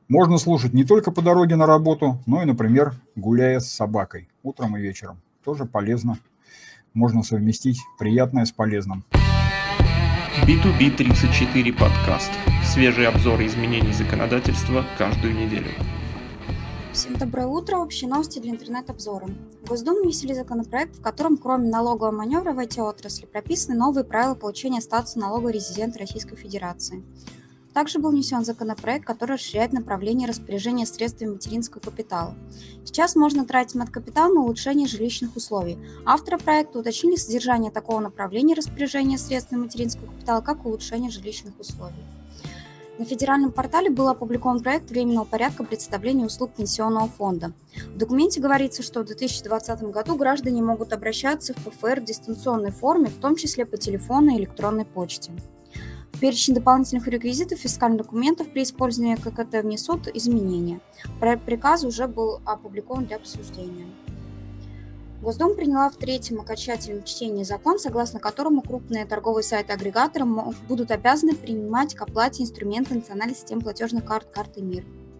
Можно слушать не только по дороге на работу, но и, например, гуляя с собакой утром и вечером. Тоже полезно. Можно совместить приятное с полезным. B2B 34 подкаст. Свежие обзоры изменений законодательства каждую неделю. Всем доброе утро. Общие новости для интернет-обзора. В Госдуму внесли законопроект, в котором кроме налогового маневра в IT-отрасли прописаны новые правила получения статуса налогового резидента Российской Федерации. Также был внесен законопроект, который расширяет направление распоряжения средствами материнского капитала. Сейчас можно тратить маткапитал на улучшение жилищных условий. Авторы проекта уточнили содержание такого направления распоряжения средствами материнского капитала, как и улучшение жилищных условий. На федеральном портале был опубликован проект временного порядка предоставления услуг пенсионного фонда. В документе говорится, что в 2020 году граждане могут обращаться в ПФР в дистанционной форме, в том числе по телефону и электронной почте. В перечень дополнительных реквизитов фискальных документов при использовании ККТ внесут изменения. Проект приказа уже был опубликован для обсуждения. Госдума приняла в третьем окончательном чтении закон, согласно которому крупные торговые сайты-агрегаторы будут обязаны принимать к оплате инструменты национальной системы платежных карт «Карты МИР».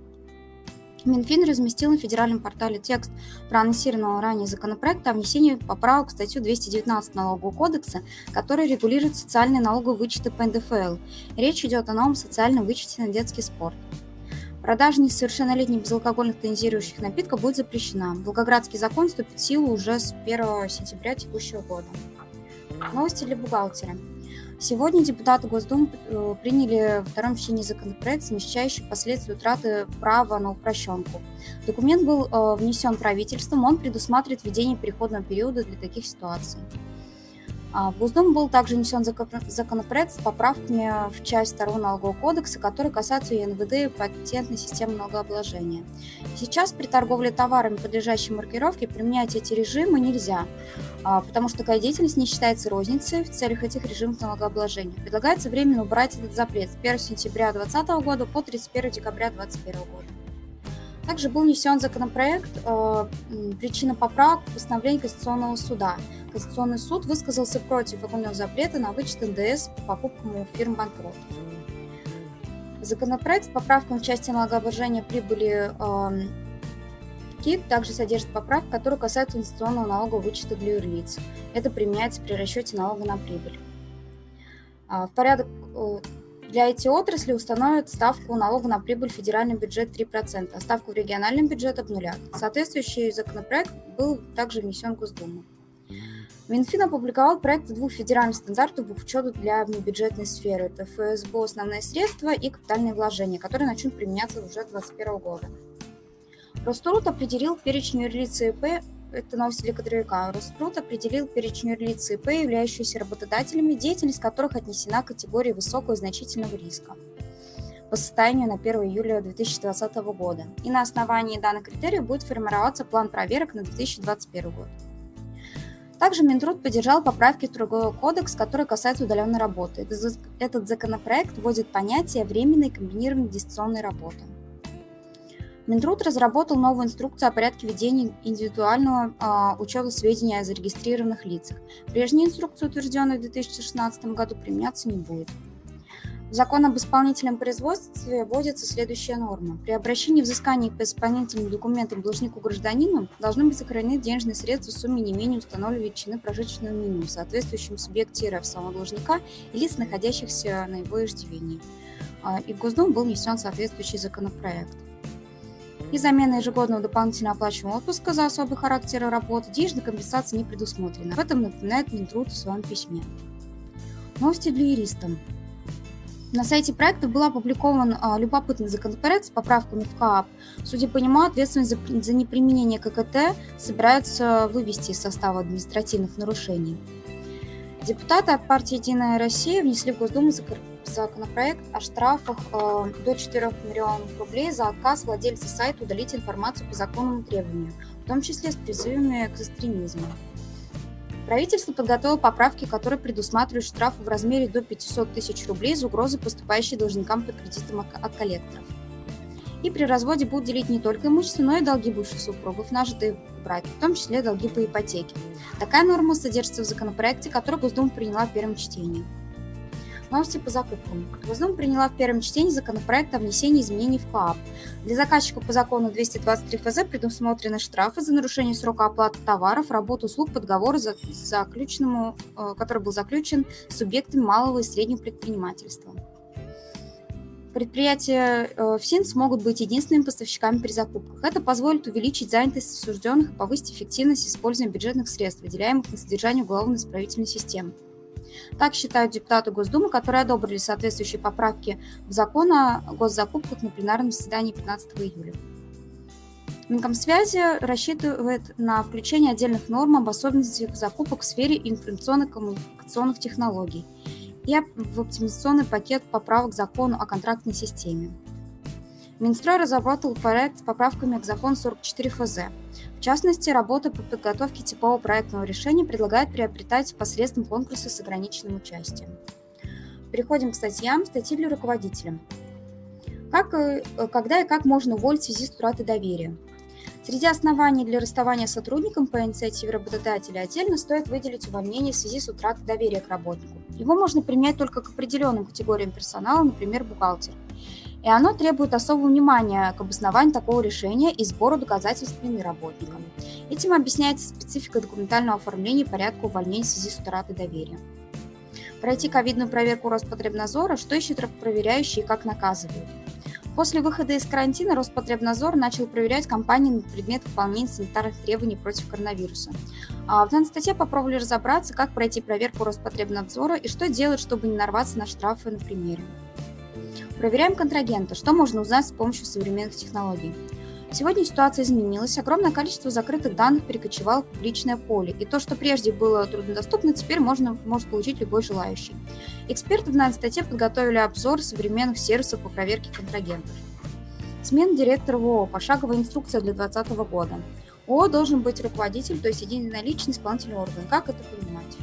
Минфин разместил на федеральном портале текст проанонсированного ранее законопроекта о внесении поправок в статью 219 Налогового кодекса, который регулирует социальные налоговые вычеты по НДФЛ. Речь идет о новом социальном вычете на детский спорт. Продажа несовершеннолетних безалкогольных тонизирующих напитков будет запрещена. Волгоградский закон вступит в силу уже с 1 сентября текущего года. Новости для бухгалтера. Сегодня депутаты Госдумы приняли в втором чтении законопроект, смягчающий последствия утраты права на упрощенку. Документ был внесен правительством, он предусматривает введение переходного периода для таких ситуаций. В Госдуму был также внесен законопроект с поправками в часть 2 Налогового кодекса, которые касаются ЕНВД и патентной системы налогообложения. Сейчас при торговле товарами, подлежащей маркировке, применять эти режимы нельзя, потому что такая деятельность не считается розницей в целях этих режимов налогообложения. Предлагается временно убрать этот запрет с 1 сентября 2020 года по 31 декабря 2021 года. Также был внесен законопроект «Причина поправок в постановлении Конституционного суда». Конституционный суд высказался против огульного запрета на вычет НДС по покупкам у фирм-банкротов. Законопроект с поправками в части налогообложения прибыли КИК также содержит поправки, которые касаются инвестиционного налогового вычета для юрлиц. Это применяется при расчете налога на прибыль. В порядок для IT-отрасли установят ставку налога на прибыль в федеральный бюджет 3%, а ставку в региональный бюджет обнулят. Соответствующий законопроект был также внесен в Госдуму. Минфин опубликовал проекты 2 федеральных стандартов бухучета для внебюджетной сферы. Это ФСБ «Основные средства» и «Капитальные вложения», которые начнут применяться уже с 2021 года. Роструд определил перечень юрлиц и ИП. Это новости для кадровика. Роструд определил перечень юрлиц и ИП, являющихся работодателями, деятельность которых отнесена к категории высокого и значительного риска по состоянию на 1 июля 2020 года. И на основании данных критериев будет формироваться план проверок на 2021 год. Также Минтруд поддержал поправки в Трудовой кодекс, которые касаются удаленной работы. Этот законопроект вводит понятие временной комбинированной дистанционной работы. Минтруд разработал новую инструкцию о порядке ведения индивидуального учета сведений о зарегистрированных лицах. Прежняя инструкция, утвержденная в 2016 году, применяться не будет. В закон об исполнительном производстве вводится следующая норма. При обращении взысканий по исполнительным документам должнику-гражданину должны быть сохранены денежные средства в сумме не менее установленной величины прожиточного минимума, соответствующем субъекте РФ самого должника и лиц, находящихся на его иждивении. И в Госдуму был внесен соответствующий законопроект. И замена ежегодного дополнительно оплачиваемого отпуска за особый характер работы денежной компенсации не предусмотрена. Об этом напоминает Минтруд в своем письме. Новости для юристов. На сайте проекта был опубликован любопытный законопроект с поправками в КАП. Судя по нему, ответственность за неприменение ККТ собираются вывести из состава административных нарушений. Депутаты от партии «Единая Россия» внесли в Госдуму законопроект о штрафах до 4 миллионов рублей за отказ владельца сайта удалить информацию по законному требованию, в том числе с призывами к экстремизму. Правительство подготовило поправки, которые предусматривают штрафы в размере до 500 тысяч рублей за угрозы, поступающие должникам под кредитом от коллекторов. И при разводе будут делить не только имущество, но и долги бывших супругов, нажитые в браке, в том числе долги по ипотеке. Такая норма содержится в законопроекте, который Госдума приняла в первом чтении. Новости по закупкам. Госдума приняла в первом чтении законопроект о внесении изменений в КоАП. Для заказчиков по закону 223 ФЗ предусмотрены штрафы за нарушение срока оплаты товаров, работу, услуг по договору, который был заключен с субъектами малого и среднего предпринимательства. Предприятия ФСИН смогут быть единственными поставщиками при закупках. Это позволит увеличить занятость осужденных и повысить эффективность использования бюджетных средств, выделяемых на содержание уголовно-исправительной системы. Так считают депутаты Госдумы, которые одобрили соответствующие поправки в закон о госзакупках на пленарном заседании 15 июля. Минкомсвязи рассчитывает на включение отдельных норм об особенностях закупок в сфере информационно-коммуникационных технологий и в оптимизационный пакет поправок к закону о контрактной системе. Минстрой разработал проект с поправками к закону 44 ФЗ. В частности, работа по подготовке типового проектного решения предлагает приобретать посредством конкурса с ограниченным участием. Переходим к статьям. Статьи для руководителя. Когда и как можно уволить в связи с утратой доверия? Среди оснований для расставания с сотрудником по инициативе работодателя отдельно стоит выделить увольнение в связи с утратой доверия к работнику. Его можно применять только к определенным категориям персонала, например, бухгалтер. И оно требует особого внимания к обоснованию такого решения и сбору доказательств вины работникам. Этим объясняется специфика документального оформления и порядка увольнения в связи с утратой доверия. Пройти ковидную проверку Роспотребнадзора, что ищут проверяющие и как наказывают. После выхода из карантина Роспотребнадзор начал проверять компании на предмет выполнения санитарных требований против коронавируса. В данной статье попробовали разобраться, как пройти проверку Роспотребнадзора и что делать, чтобы не нарваться на штрафы на примере. Проверяем контрагента, что можно узнать с помощью современных технологий. Сегодня ситуация изменилась, огромное количество закрытых данных перекочевало в публичное поле, и то, что прежде было труднодоступно, теперь может получить любой желающий. Эксперты в данной статье подготовили обзор современных сервисов по проверке контрагентов. Смена директора в ООО, пошаговая инструкция для 2020 года. ООО должен быть руководитель, то есть единоличный исполнительный орган. Как это понимать?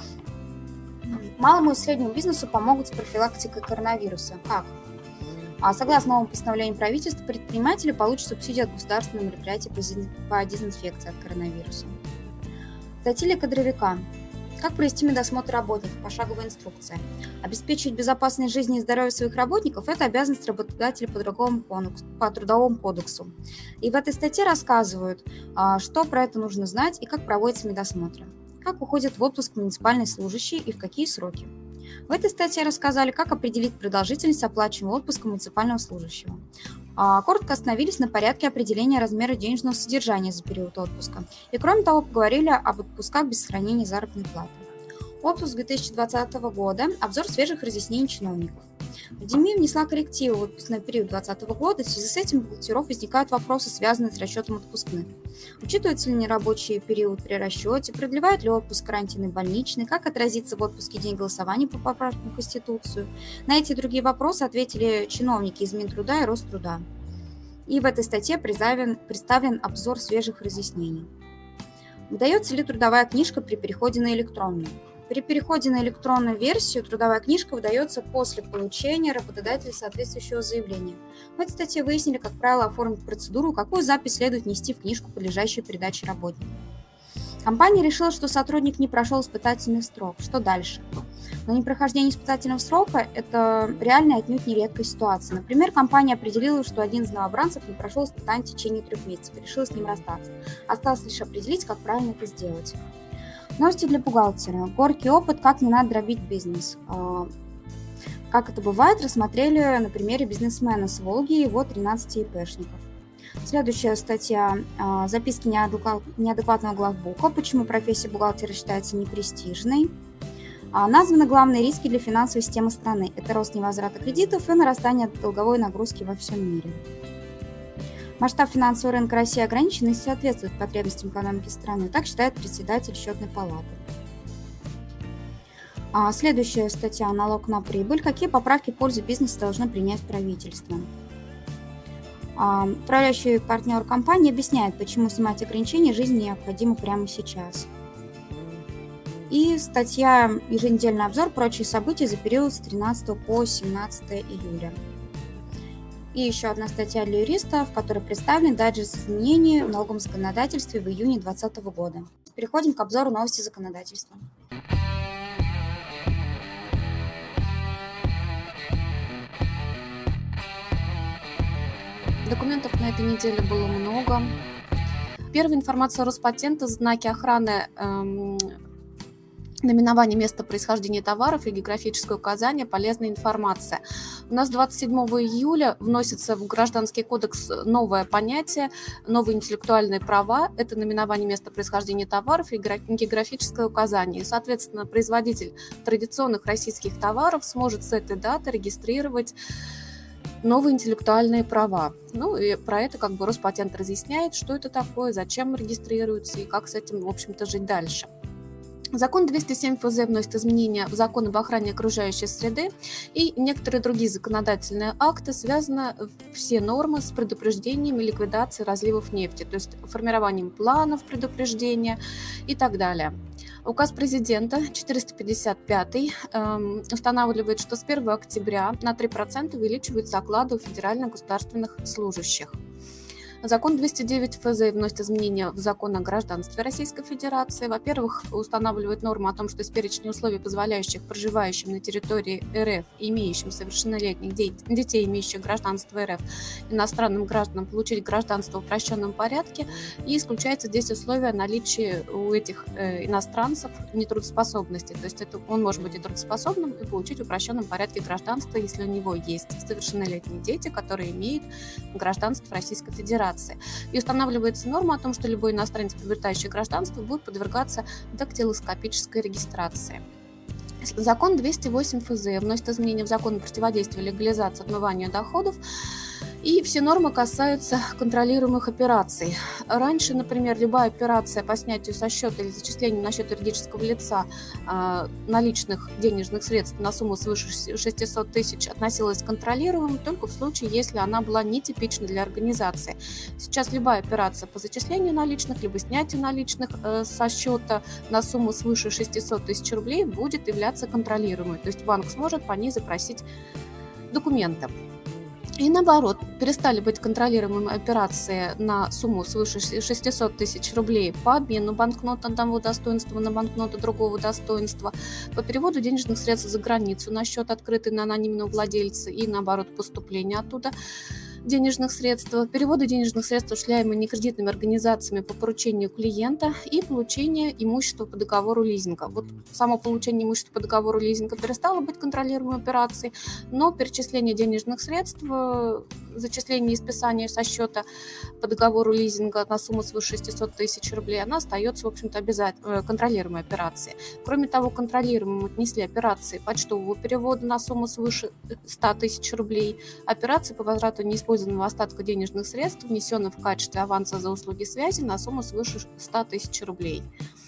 Малому и среднему бизнесу помогут с профилактикой коронавируса. Как? Согласно новому постановлению правительства, предприниматели получат субсидию от государства на мероприятия по дезинфекции от коронавируса. Статья для кадровика. Как провести медосмотр работников? Пошаговая инструкция. Обеспечивать безопасность жизни и здоровья своих работников – это обязанность работодателя по Трудовому кодексу. И в этой статье рассказывают, что про это нужно знать и как проводятся медосмотры. Как уходят в отпуск муниципальные служащие и в какие сроки. В этой статье рассказали, как определить продолжительность оплачиваемого отпуска муниципального служащего. Коротко остановились на порядке определения размера денежного содержания за период отпуска. И кроме того, поговорили об отпусках без сохранения заработной платы. Отпуск 2020 года. Обзор свежих разъяснений чиновников. Пандемия внесла коррективы в отпускной период 2020 года. В связи с этим у бухгалтеров возникают вопросы, связанные с расчетом отпускных. Учитывается ли нерабочий период при расчете, продлевает ли отпуск карантинный больничный, как отразится в отпуске день голосования по поправкам в Конституцию. На эти и другие вопросы ответили чиновники из Минтруда и Роструда. И в этой статье представлен обзор свежих разъяснений. Выдается ли трудовая книжка при переходе на электронную? При переходе на электронную версию трудовая книжка выдается после получения работодателя соответствующего заявления. В этой статье выяснили, как правило, оформить процедуру, какую запись следует внести в книжку, подлежащую передаче работнику. Компания решила, что сотрудник не прошел испытательный срок. Что дальше? Но непрохождение испытательного срока – это реальная отнюдь не редкая ситуация. Например, компания определила, что один из новобранцев не прошел испытание в течение 3 месяцев и решила с ним расстаться. Осталось лишь определить, как правильно это сделать. Новости для бухгалтера. Горький опыт, как не надо дробить бизнес. Как это бывает, рассмотрели на примере бизнесмена с Волги и его 13 ИПшников. Следующая статья. Записки неадекватного главбуха. Почему профессия бухгалтера считается непрестижной. Названы главные риски для финансовой системы страны. Это рост невозврата кредитов и нарастание долговой нагрузки во всем мире. Масштаб финансового рынка России ограничен и соответствует потребностям экономики страны. Так считает председатель Счетной палаты. Следующая статья. Налог на прибыль. Какие поправки в пользу бизнеса должно принять правительство? Управляющий партнер компании объясняет, почему снимать ограничения жизни необходимо прямо сейчас. И статья «Еженедельный обзор. Прочие события за период с 13 по 17 июля». И еще одна статья для юристов, в которой представлен дайджест изменений в налоговом законодательстве в июне 2020 года. Переходим к обзору новостей законодательства. Документов на этой неделе было много. Первая информация Роспатента, знаки охраны, наименование места происхождения товаров и географическое указание, полезная информация. У нас 27 июля вносится в Гражданский кодекс новое понятие, новые интеллектуальные права. Это наименование места происхождения товаров и географическое указание. И, соответственно, производитель традиционных российских товаров сможет с этой даты регистрировать новые интеллектуальные права. Ну и про это как бы Роспатент разъясняет, что это такое, зачем регистрируется и как с этим, в общем-то, жить дальше. Закон 207 ФЗ вносит изменения в закон об охране окружающей среды и некоторые другие законодательные акты, связаны все нормы с предупреждением и ликвидацией разливов нефти, то есть формированием планов предупреждения и так далее. Указ президента 455 устанавливает, что с 1 октября на 3% увеличиваются оклады у федеральных государственных служащих. Закон 209 ФЗ вносит изменения в закон о гражданстве Российской Федерации. Во-первых, устанавливает норму о том, что из перечня условий, позволяющих проживающим на территории РФ и имеющим совершеннолетних детей, имеющих гражданство РФ, иностранным гражданам получить гражданство в упрощенном порядке, и исключается здесь условие наличия у этих иностранцев нетрудоспособности. То есть он может быть и трудоспособным и получить в упрощенном порядке гражданство, если у него есть совершеннолетние дети, которые имеют гражданство Российской Федерации. И устанавливается норма о том, что любой иностранец, приобретающий гражданство, будет подвергаться дактилоскопической регистрации. Закон 208 ФЗ вносит изменения в закон о противодействии легализации отмывания доходов. И все нормы касаются контролируемых операций. Раньше, например, любая операция по снятию со счета или зачислению на счет юридического лица наличных денежных средств на сумму свыше 600 тысяч относилась к контролируемым только в случае, если она была нетипична для организации. Сейчас любая операция по зачислению наличных либо снятию наличных со счета на сумму свыше 600 тысяч рублей будет являться контролируемой. То есть банк сможет по ней запросить документы. И наоборот, перестали быть контролируемыми операции на сумму свыше 600 тысяч рублей по обмену банкнот одного достоинства на банкноты другого достоинства, по переводу денежных средств за границу на счет, открытый на анонимного владельца, и наоборот, поступление оттуда денежных средств, переводы денежных средств, осуществляемые некредитными организациями по поручению клиента, и получение имущества по договору лизинга. Вот само получение имущества по договору лизинга перестало быть контролируемой операцией, но перечисление денежных средств, зачисление и списание со счета по договору лизинга на сумму свыше 600 тысяч рублей, она остается, в общем-то, обязательно контролируемой операцией. Кроме того, контролируемым отнесли операции почтового перевода на сумму свыше 100 тысяч рублей, операции по возврату неиспользованного остатка денежных средств, внесенных в качестве аванса за услуги связи на сумму свыше 100 тысяч рублей.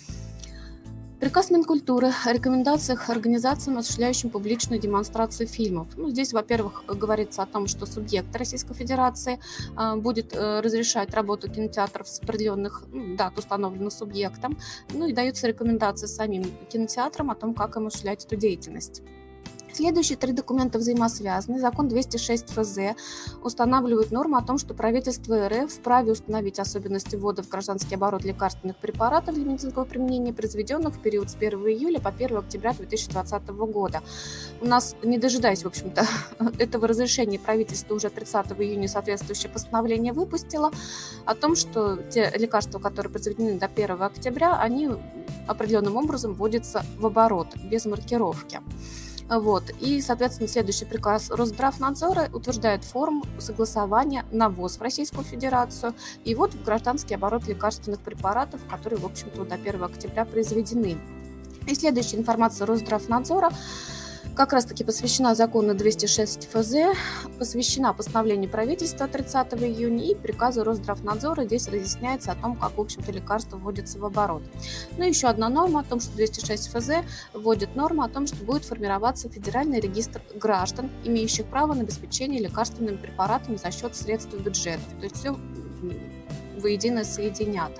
Приказ Минкультуры о рекомендациях организациям, осуществляющим публичную демонстрацию фильмов. Здесь, во-первых, говорится о том, что субъект Российской Федерации будет разрешать работу кинотеатров с определенных дат, установленных субъектом, и даются рекомендации самим кинотеатрам о том, как им осуществлять эту деятельность. Следующие три документа взаимосвязаны. Закон 206 ФЗ устанавливает норму о том, что правительство РФ вправе установить особенности ввода в гражданский оборот лекарственных препаратов для медицинского применения, произведенных в период с 1 июля по 1 октября 2020 года. У нас, не дожидаясь, в общем-то, этого разрешения, правительство уже 30 июня соответствующее постановление выпустило о том, что те лекарства, которые произведены до 1 октября, они определенным образом вводятся в оборот, без маркировки. И, соответственно, следующий приказ Росздравнадзора утверждает форму согласования на ввоз в Российскую Федерацию и ввод в гражданский оборот лекарственных препаратов, которые, в общем-то, до 1 октября произведены. И следующая информация Росздравнадзора как раз-таки посвящена закону 206 ФЗ, посвящена постановлению правительства 30 июня и приказу Росздравнадзора. Здесь разъясняется о том, как, в общем-то, лекарства вводятся в оборот. Еще одна норма о том, что 206 ФЗ вводит норму о том, что будет формироваться федеральный регистр граждан, имеющих право на обеспечение лекарственными препаратами за счет средств бюджета. То есть все воедино соединят.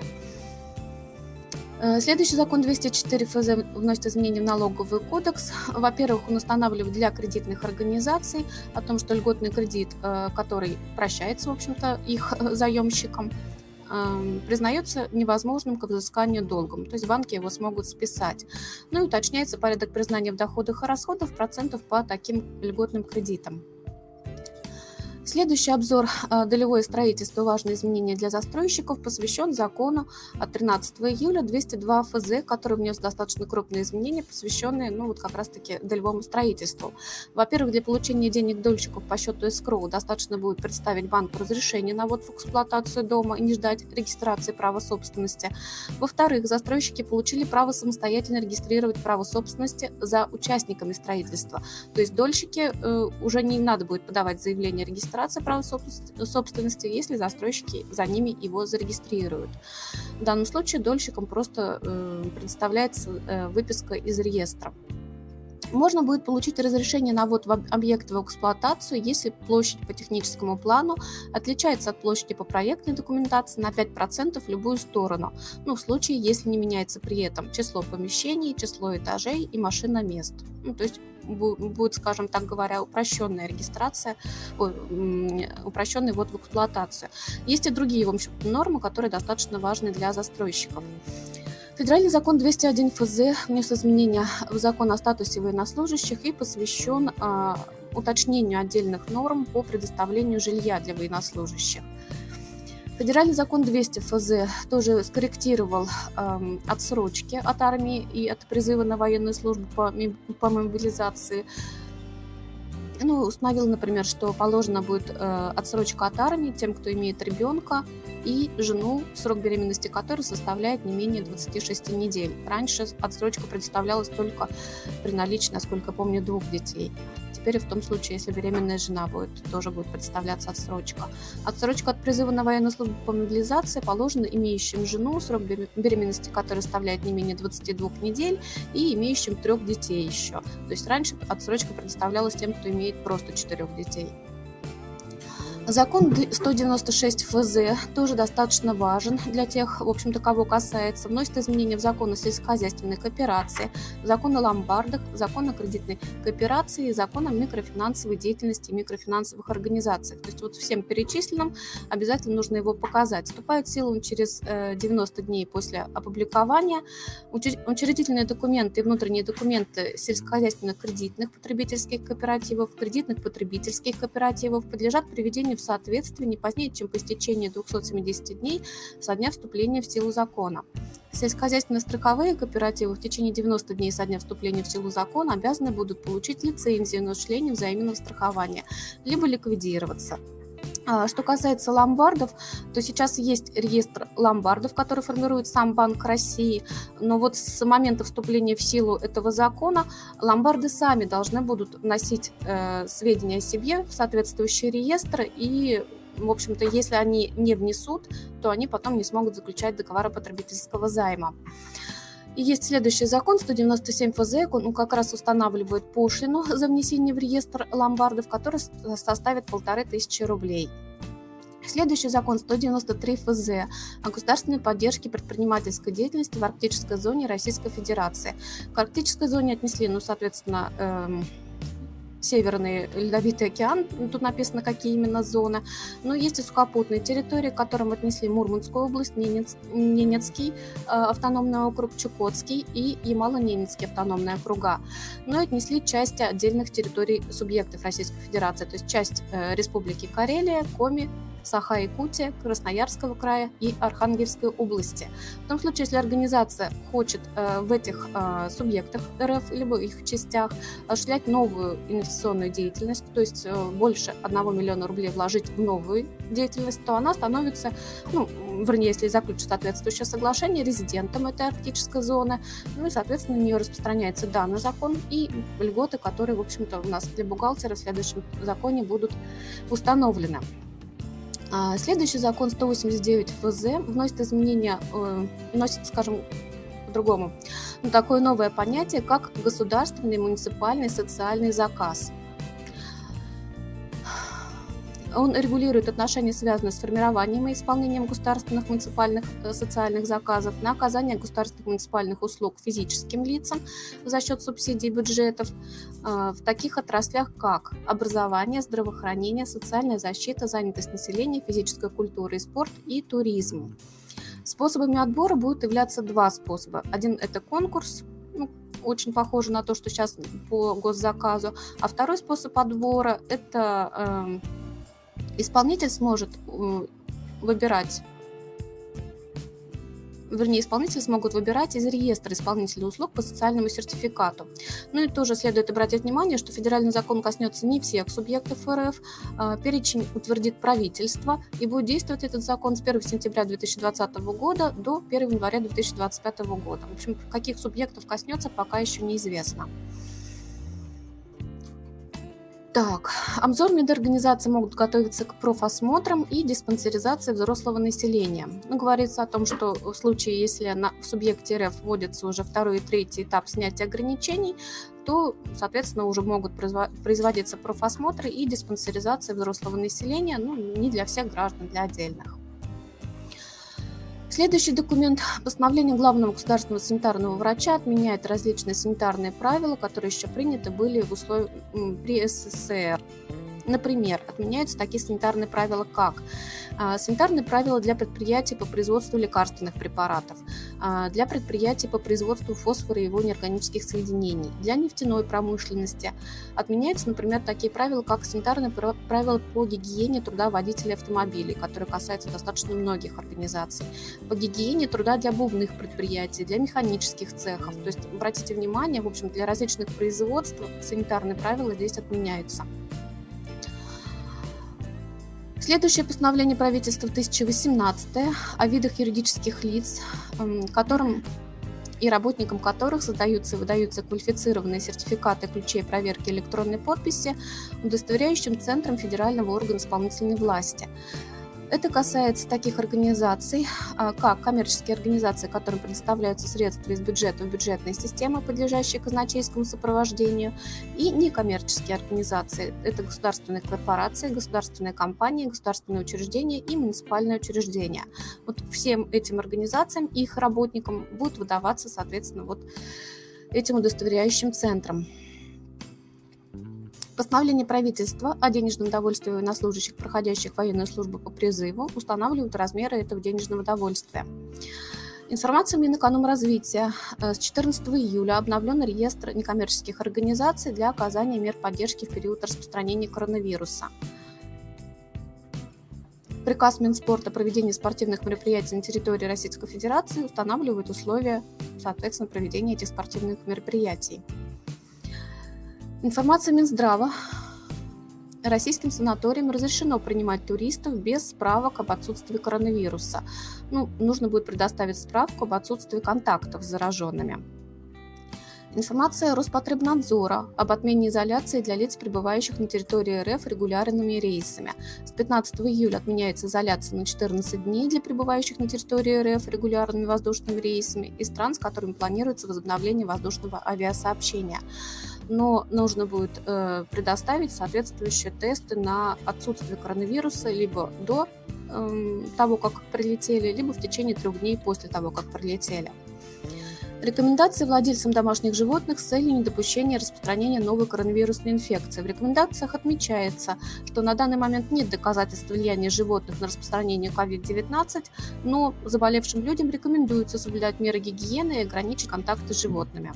Следующий закон 204 ФЗ вносит изменения в налоговый кодекс. Во-первых, он устанавливает для кредитных организаций о том, что льготный кредит, который прощается, в общем-то, их заемщикам, признается невозможным к взысканию долгом, то есть банки его смогут списать. И уточняется порядок признания в доходах и расходах процентов по таким льготным кредитам. Следующий обзор «Долевое строительство. Важные изменения для застройщиков» посвящен закону от 13 июля 202 ФЗ, который внес достаточно крупные изменения, посвященные как раз-таки долевому строительству. Во-первых, для получения денег дольщиков по счету эскроу достаточно будет представить банку разрешение на ввод в эксплуатацию дома и не ждать регистрации права собственности. Во-вторых, застройщики получили право самостоятельно регистрировать право собственности за участниками строительства. То есть дольщики уже не надо будет подавать заявление о регистрации права собственности, если застройщики за ними его зарегистрируют. В данном случае дольщикам просто предоставляется выписка из реестра. Можно будет получить разрешение на ввод в объект в эксплуатацию, если площадь по техническому плану отличается от площади по проектной документации на 5% в любую сторону, в случае, если не меняется при этом число помещений, число этажей и машиномест. То есть будет, скажем так говоря, упрощенная регистрация, упрощенный ввод в эксплуатацию. Есть и другие, в общем, нормы, которые достаточно важны для застройщиков. Федеральный закон 201 ФЗ внес изменения в закон о статусе военнослужащих и посвящен уточнению отдельных норм по предоставлению жилья для военнослужащих. Федеральный закон 200 ФЗ тоже скорректировал отсрочки от армии и от призыва на военную службу по мобилизации. Установил, например, что положена будет отсрочка от армии тем, кто имеет ребенка и жену, срок беременности которой составляет не менее 26 недель. Раньше отсрочка предоставлялась только при наличии, насколько я помню, 2 детей. Теперь в том случае, если беременная жена тоже будет представляться отсрочка. Отсрочка от призыва на военную службу по мобилизации положена имеющим жену, срок беременности которой составляет не менее 22 недель, и имеющим 3 детей еще. То есть раньше отсрочка предоставлялась тем, кто имеет просто 4 детей. Закон 196 ФЗ тоже достаточно важен для тех, в общем-то, кого касается. Вносит изменения в закон о сельскохозяйственной кооперации, закон о ломбардах, закон о кредитной кооперации и закон о микрофинансовой деятельности и микрофинансовых организациях. То есть всем перечисленным обязательно нужно его показать. Вступает в силу он через 90 дней после опубликования. Учредительные документы и внутренние документы сельскохозяйственных кредитных потребительских кооперативов, кредитных потребительских кооперативов подлежат приведению в соответствии не позднее, чем по истечении 270 дней со дня вступления в силу закона. Сельскохозяйственно-страховые кооперативы в течение 90 дней со дня вступления в силу закона обязаны будут получить лицензию на осуществление взаимного страхования, либо ликвидироваться. Что касается ломбардов, то сейчас есть реестр ломбардов, который формирует сам Банк России, но с момента вступления в силу этого закона ломбарды сами должны будут вносить сведения о себе в соответствующие реестры, и, в общем-то, если они не внесут, то они потом не смогут заключать договора потребительского займа. И есть следующий закон, 197 ФЗ, он как раз устанавливает пошлину за внесение в реестр ломбардов, который составит 1500 рублей. Следующий закон 193 ФЗ о государственной поддержке предпринимательской деятельности в арктической зоне Российской Федерации. К арктической зоне отнесли, соответственно, Северный Ледовитый океан, тут написано, какие именно зоны, но есть и сухопутные территории, к которым отнесли Мурманскую область, Ненецкий автономный округ, Чукотский и Ямало-Ненецкий автономные округа, но и отнесли части отдельных территорий субъектов Российской Федерации, то есть часть Республики Карелия, Коми, Саха-Якутия, Красноярского края и Архангельской области. В том случае, если организация хочет в этих субъектах РФ либо их частях осуществлять новую инвестиционную деятельность, то есть больше 1 миллиона рублей вложить в новую деятельность, то она становится, если заключит соответствующее соглашение, резидентом этой арктической зоны, и, соответственно, на нее распространяется данный закон и льготы, которые, в общем-то, у нас для бухгалтера в следующем законе будут установлены. Следующий закон 189 ФЗ вносит изменения, скажем, по-другому, такое новое понятие, как государственный муниципальный социальный заказ. Он регулирует отношения, связанные с формированием и исполнением государственных муниципальных социальных заказов на оказание государственных муниципальных услуг физическим лицам за счет субсидий бюджетов в таких отраслях, как образование, здравоохранение, социальная защита, занятость населения, физическая культура и спорт и туризм. Способами отбора будут являться 2 способа. Один – это конкурс, очень похоже на то, что сейчас по госзаказу, а второй способ отбора – это Исполнитель сможет исполнители смогут выбирать из реестра исполнителей услуг по социальному сертификату. Ну и тоже следует обратить внимание, что федеральный закон коснется не всех субъектов РФ, перечень утвердит правительство, и будет действовать этот закон с 1 сентября 2020 года до 1 января 2025 года. В общем, каких субъектов коснется, пока еще неизвестно. Так, обзор медорганизаций могут готовиться к профосмотрам и диспансеризации взрослого населения. Говорится о том, что в случае, если в субъекте РФ вводится уже 2 и 3 этап снятия ограничений, то, соответственно, уже могут производиться профосмотры и диспансеризация взрослого населения, не для всех граждан, для отдельных. Следующий документ – постановление главного государственного санитарного врача отменяет различные санитарные правила, которые еще приняты были при СССР. Например, отменяются такие санитарные правила, как санитарные правила для предприятий по производству лекарственных препаратов, для предприятий по производству фосфора и его неорганических соединений, для нефтяной промышленности. Отменяются, например, такие правила, как санитарные правила по гигиене труда водителей автомобилей, которые касаются достаточно многих организаций, по гигиене труда для обувных предприятий, для механических цехов. То есть, обратите внимание, в общем, для различных производств санитарные правила здесь отменяются. Следующее постановление правительства 1018 о видах юридических лиц, которым и работникам которых создаются и выдаются квалифицированные сертификаты ключей проверки электронной подписи, удостоверяющим центром федерального органа исполнительной власти. Это касается таких организаций, как коммерческие организации, которым предоставляются средства из бюджета в бюджетные системы, подлежащие казначейскому сопровождению, и некоммерческие организации. Это государственные корпорации, государственные компании, государственные учреждения и муниципальные учреждения. Вот всем этим организациям и их работникам будет выдаваться, соответственно, вот этим удостоверяющим центром. Постановление правительства о денежном довольствии военнослужащих, проходящих военную службу по призыву, устанавливают размеры этого денежного довольствия. Информация Минэкономразвития. С 14 июля обновлен реестр некоммерческих организаций для оказания мер поддержки в период распространения коронавируса. Приказ Минспорта о проведении спортивных мероприятий на территории Российской Федерации устанавливает условия, соответственно, проведения этих спортивных мероприятий. Информация Минздрава. Российским санаториям разрешено принимать туристов без справок об отсутствии коронавируса. Нужно будет предоставить справку об отсутствии контактов с зараженными. Информация Роспотребнадзора об отмене изоляции для лиц, пребывающих на территории РФ регулярными рейсами. С 15 июля отменяется изоляция на 14 дней для пребывающих на территории РФ регулярными воздушными рейсами из стран, с которыми планируется возобновление воздушного авиасообщения. Но нужно будет предоставить соответствующие тесты на отсутствие коронавируса либо до того, как прилетели, либо в течение 3 дней после того, как прилетели. Рекомендации владельцам домашних животных с целью недопущения распространения новой коронавирусной инфекции. В рекомендациях отмечается, что на данный момент нет доказательств влияния животных на распространение COVID-19, но заболевшим людям рекомендуется соблюдать меры гигиены и ограничить контакты с животными.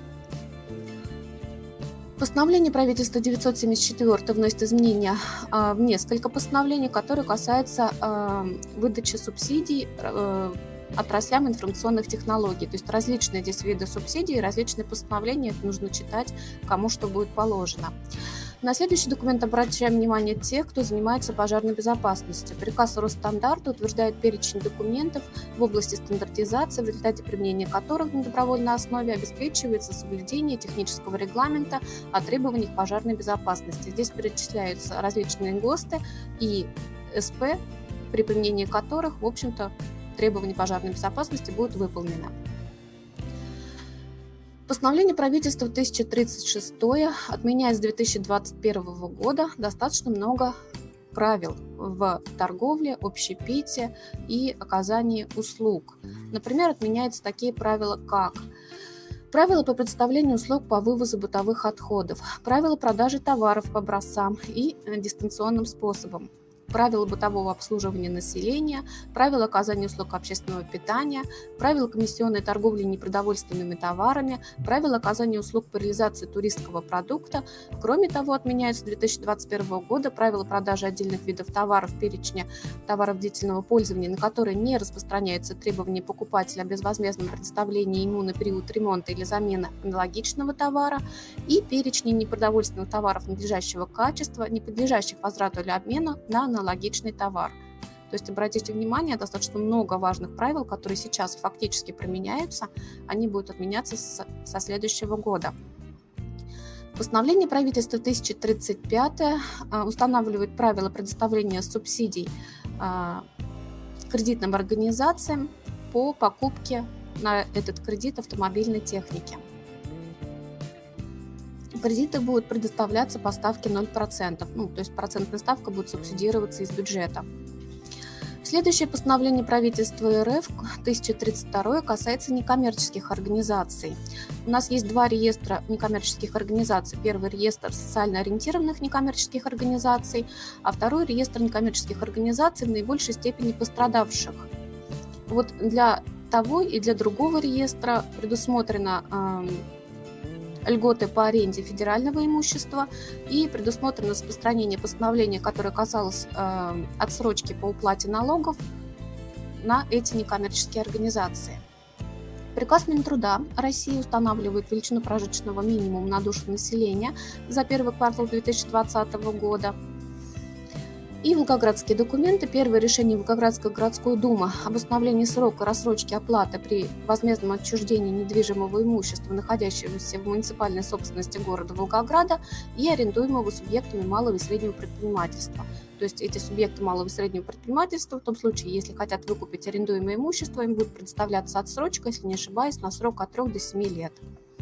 Постановление правительства 974 вносит изменения в несколько постановлений, которые касаются выдачи субсидий отраслям информационных технологий. То есть различные здесь виды субсидий, различные постановления, это нужно читать, кому что будет положено. На следующий документ обращаем внимание тех, кто занимается пожарной безопасностью. Приказ Росстандарта утверждает перечень документов в области стандартизации, в результате применения которых на добровольной основе обеспечивается соблюдение технического регламента о требованиях пожарной безопасности. Здесь перечисляются различные ГОСТы и СП, при применении которых, в общем-то, требования пожарной безопасности будут выполнены. Постановление правительства 1036 отменяет с 2021 года достаточно много правил в торговле, общепите и оказании услуг. Например, отменяются такие правила, как правила по предоставлению услуг по вывозу бытовых отходов, правила продажи товаров по образцам и дистанционным способом, правила бытового обслуживания населения, правила оказания услуг общественного питания, правила комиссионной торговли непродовольственными товарами, правила оказания услуг по реализации туристского продукта. Кроме того, отменяются с 2021 года правила продажи отдельных видов товаров, перечня товаров длительного пользования, на которые не распространяются требования покупателя о безвозмездном предоставлении ему на период ремонта или замены аналогичного товара, и перечни непродовольственных товаров надлежащего качества, не подлежащих возврату или обмену на аналогичный товар. То есть, обратите внимание, достаточно много важных правил, которые сейчас фактически применяются, они будут отменяться со следующего года. Постановление правительства 1035 устанавливает правила предоставления субсидий кредитным организациям по покупке на этот кредит автомобильной техники. Кредиты будут предоставляться по ставке 0%, то есть процентная ставка будет субсидироваться из бюджета. Следующее постановление правительства РФ 1032 касается некоммерческих организаций. У нас есть два реестра некоммерческих организаций. Первый реестр социально ориентированных некоммерческих организаций, а второй реестр некоммерческих организаций в наибольшей степени пострадавших. Вот для того и для другого реестра предусмотрено льготы по аренде федерального имущества и предусмотрено распространение постановления, которое касалось отсрочки по уплате налогов на эти некоммерческие организации. Приказ Минтруда России устанавливает величину прожиточного минимума на душу населения за первый квартал 2020 года. И волгоградские документы. Первое решение Волгоградской городской думы об установлении срока рассрочки оплаты при возмездном отчуждении недвижимого имущества, находящегося в муниципальной собственности города Волгограда и арендуемого субъектами малого и среднего предпринимательства. То есть эти субъекты малого и среднего предпринимательства, в том случае, если хотят выкупить арендуемое имущество, им будет предоставляться отсрочка, если не ошибаюсь, на срок от 3 до 7 лет.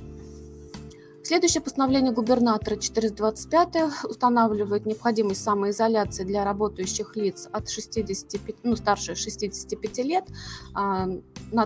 Следующее постановление губернатора 425 устанавливает необходимость самоизоляции для работающих лиц от 65, старше 65 лет с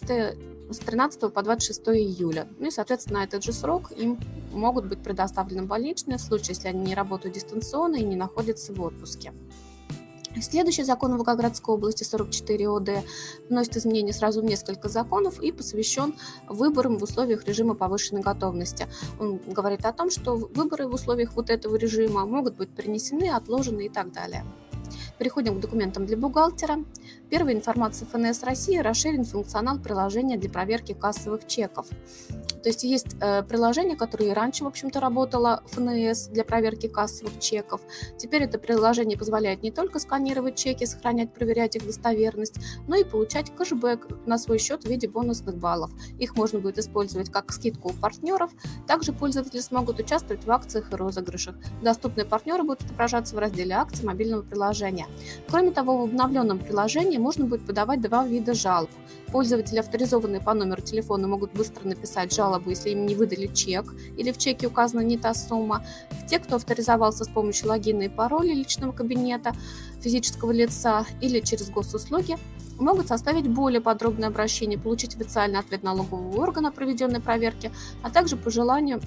13 по 26 июля. И, соответственно, на этот же срок им могут быть предоставлены больничные в случае, если они не работают дистанционно и не находятся в отпуске. Следующий закон Волгоградской области 44 ОД вносит изменения сразу в несколько законов и посвящен выборам в условиях режима повышенной готовности. Он говорит о том, что выборы в условиях вот этого режима могут быть перенесены, отложены и так далее. Переходим к документам для бухгалтера. Первая информация ФНС России: расширен функционал приложения для проверки кассовых чеков. То есть есть приложение, которое и раньше, в общем-то, работало ФНС для проверки кассовых чеков. Теперь это приложение позволяет не только сканировать чеки, сохранять, проверять их достоверность, но и получать кэшбэк на свой счет в виде бонусных баллов. Их можно будет использовать как скидку у партнеров. Также пользователи смогут участвовать в акциях и розыгрышах. Доступные партнеры будут отображаться в разделе акций мобильного приложения. Кроме того, в обновленном приложении можно будет подавать два вида жалоб. Пользователи, авторизованные по номеру телефона, могут быстро написать жалобу, если им не выдали чек или в чеке указана не та сумма. Те, кто авторизовался с помощью логина и пароля личного кабинета физического лица или через госуслуги, могут составить более подробное обращение, получить официальный ответ налогового органа о проведенной проверке, а также по желанию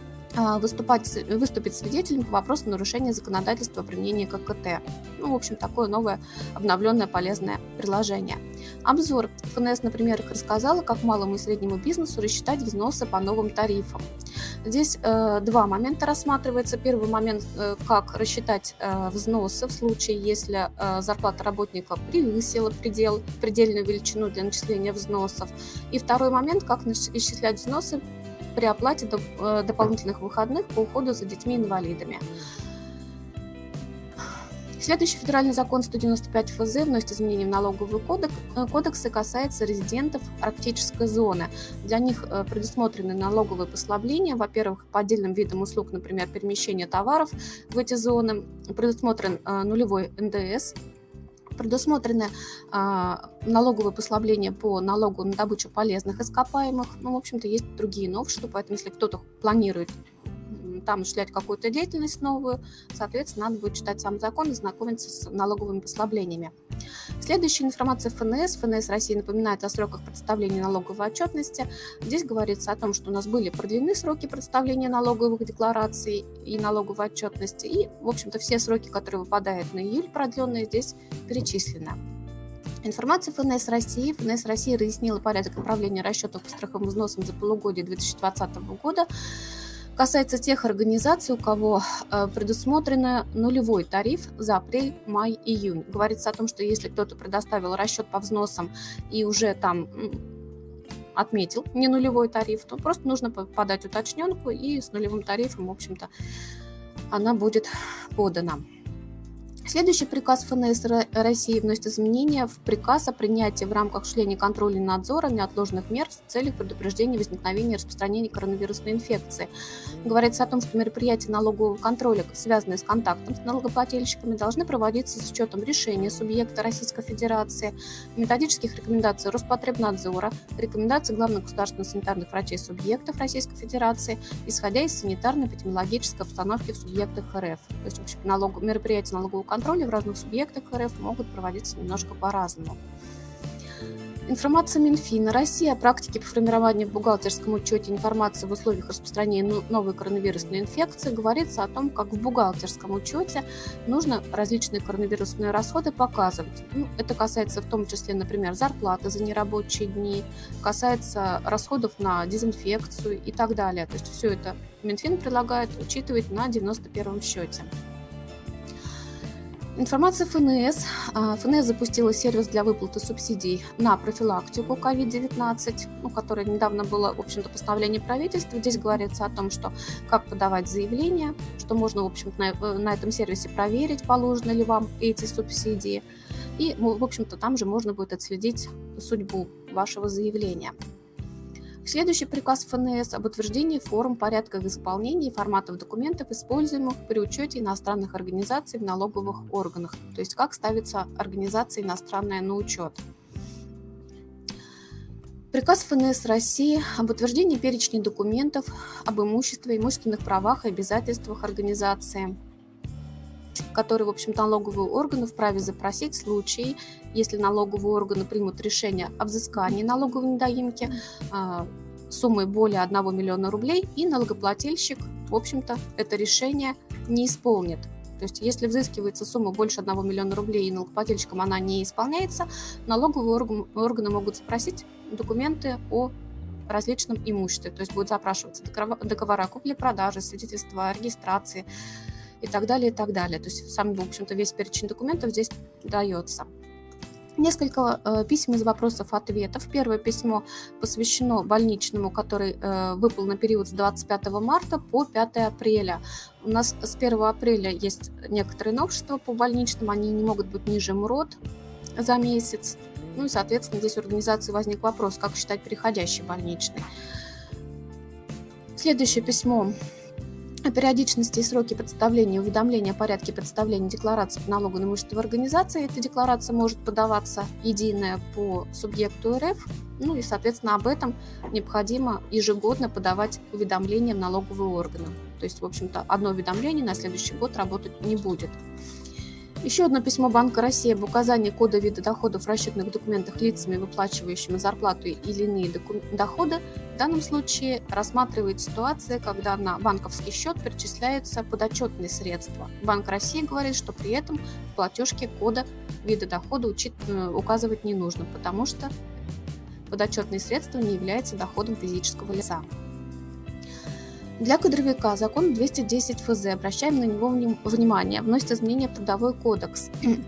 выступить свидетелем по вопросу нарушения законодательства о применении ККТ. В общем, такое новое, обновленное, полезное приложение. Обзор. ФНС, например, их рассказала, как малому и среднему бизнесу рассчитать взносы по новым тарифам. Здесь два момента рассматривается. Первый момент, как рассчитать взносы в случае, если зарплата работника превысила предельную величину для начисления взносов. И второй момент, как исчислять взносы при оплате дополнительных выходных по уходу за детьми-инвалидами. Следующий федеральный закон 195 ФЗ вносит изменения в налоговый кодекс и касается резидентов арктической зоны. Для них предусмотрены налоговые послабления. Во-первых, по отдельным видам услуг, например, перемещение товаров в эти зоны, предусмотрен нулевой НДС. Предусмотрены налоговые послабления по налогу на добычу полезных ископаемых. В общем-то, есть другие новшества, поэтому если кто-то планирует там осуществлять какую-то деятельность новую, соответственно, надо будет читать сам закон и знакомиться с налоговыми послаблениями. Следующая информация ФНС. ФНС России напоминает о сроках представления налоговой отчетности. Здесь говорится о том, что у нас были продлены сроки представления налоговых деклараций и налоговой отчетности, и, в общем-то, все сроки, которые выпадают на июль, продленные, здесь перечислены. Информация ФНС России. ФНС России разъяснила порядок направления расчетов по страховым взносам за полугодие 2020 года. Касается тех организаций, у кого предусмотрен нулевой тариф за апрель, май, июнь. Говорится о том, что если кто-то предоставил расчет по взносам и уже там отметил не нулевой тариф, то просто нужно подать уточненку, и с нулевым тарифом, в общем-то, она будет подана. Следующий приказ ФНС России вносит изменения в приказ о принятии в рамках осуществления контроля и надзора неотложных мер в целях предупреждения возникновения и распространения коронавирусной инфекции. Говорится о том, что мероприятия налогового контроля, связанные с контактом с налогоплательщиками, должны проводиться с учетом решения субъекта Российской Федерации, методических рекомендаций Роспотребнадзора, рекомендаций главных государственных санитарных врачей субъектов Российской Федерации, исходя из санитарно-эпидемиологической обстановки в субъектах РФ. То есть, в общем, мероприятия налогового контроля в разных субъектах РФ могут проводиться немножко по-разному. Информация Минфина России о практике по формированию в бухгалтерском учете информации в условиях распространения новой коронавирусной инфекции. Говорится о том, как в бухгалтерском учете нужно различные коронавирусные расходы показывать. Это касается в том числе, например, зарплаты за нерабочие дни, касается расходов на дезинфекцию и так далее. То есть все это Минфин предлагает учитывать на 91-м счете. Информация ФНС. ФНС запустила сервис для выплаты субсидий на профилактику COVID-19, которое недавно было, в общем-то, постановление правительства. Здесь говорится о том, что как подавать заявление, что можно, в общем-то, на этом сервисе проверить, положены ли вам эти субсидии. И, в общем-то, там же можно будет отследить судьбу вашего заявления. Следующий приказ ФНС об утверждении форм, порядка их заполнения и форматов документов, используемых при учете иностранных организаций в налоговых органах. То есть как ставится организация иностранная на учет. Приказ ФНС России об утверждении перечня документов об имуществе, имущественных правах и обязательствах организации, которые, в общем, налоговые органы вправе запросить в случае, если налоговые органы примут решение о взыскании налоговой недоимки суммой более 1 миллиона рублей, и налогоплательщик, в общем-то, это решение не исполнит. То есть, если взыскивается сумма больше 1 миллиона рублей и налогоплательщиком она не исполняется, налоговые органы могут запросить документы о различном имуществе. То есть, будут запрашиваться договора купли-продажи, свидетельства о регистрации, и так далее, и так далее. То есть, сам, в общем-то, весь перечень документов здесь дается. Несколько писем из вопросов-ответов. Первое письмо посвящено больничному, который выпал на период с 25 марта по 5 апреля. У нас с 1 апреля есть некоторые новшества по больничным, они не могут быть ниже МРОТ за месяц. И, соответственно, здесь у организации возник вопрос, как считать переходящий больничный. Следующее письмо о периодичности и сроке представления уведомления о порядке представления декларации по налогу на имущество организации. Эта декларация может подаваться единая по субъекту РФ, и, соответственно, об этом необходимо ежегодно подавать уведомления в налоговые органы. То есть, в общем-то, одно уведомление на следующий год работать не будет. Еще одно письмо Банка России об указании кода вида доходов в расчетных документах лицами, выплачивающими зарплату или иные доходы. В данном случае рассматривает ситуация, когда на банковский счет перечисляются подотчетные средства. Банк России говорит, что при этом в платежке кода вида дохода указывать не нужно, потому что подотчетные средства не являются доходом физического лица. Для кадровика закон 210 ФЗ, обращаем на него внимание, вносит изменения в Трудовой кодекс.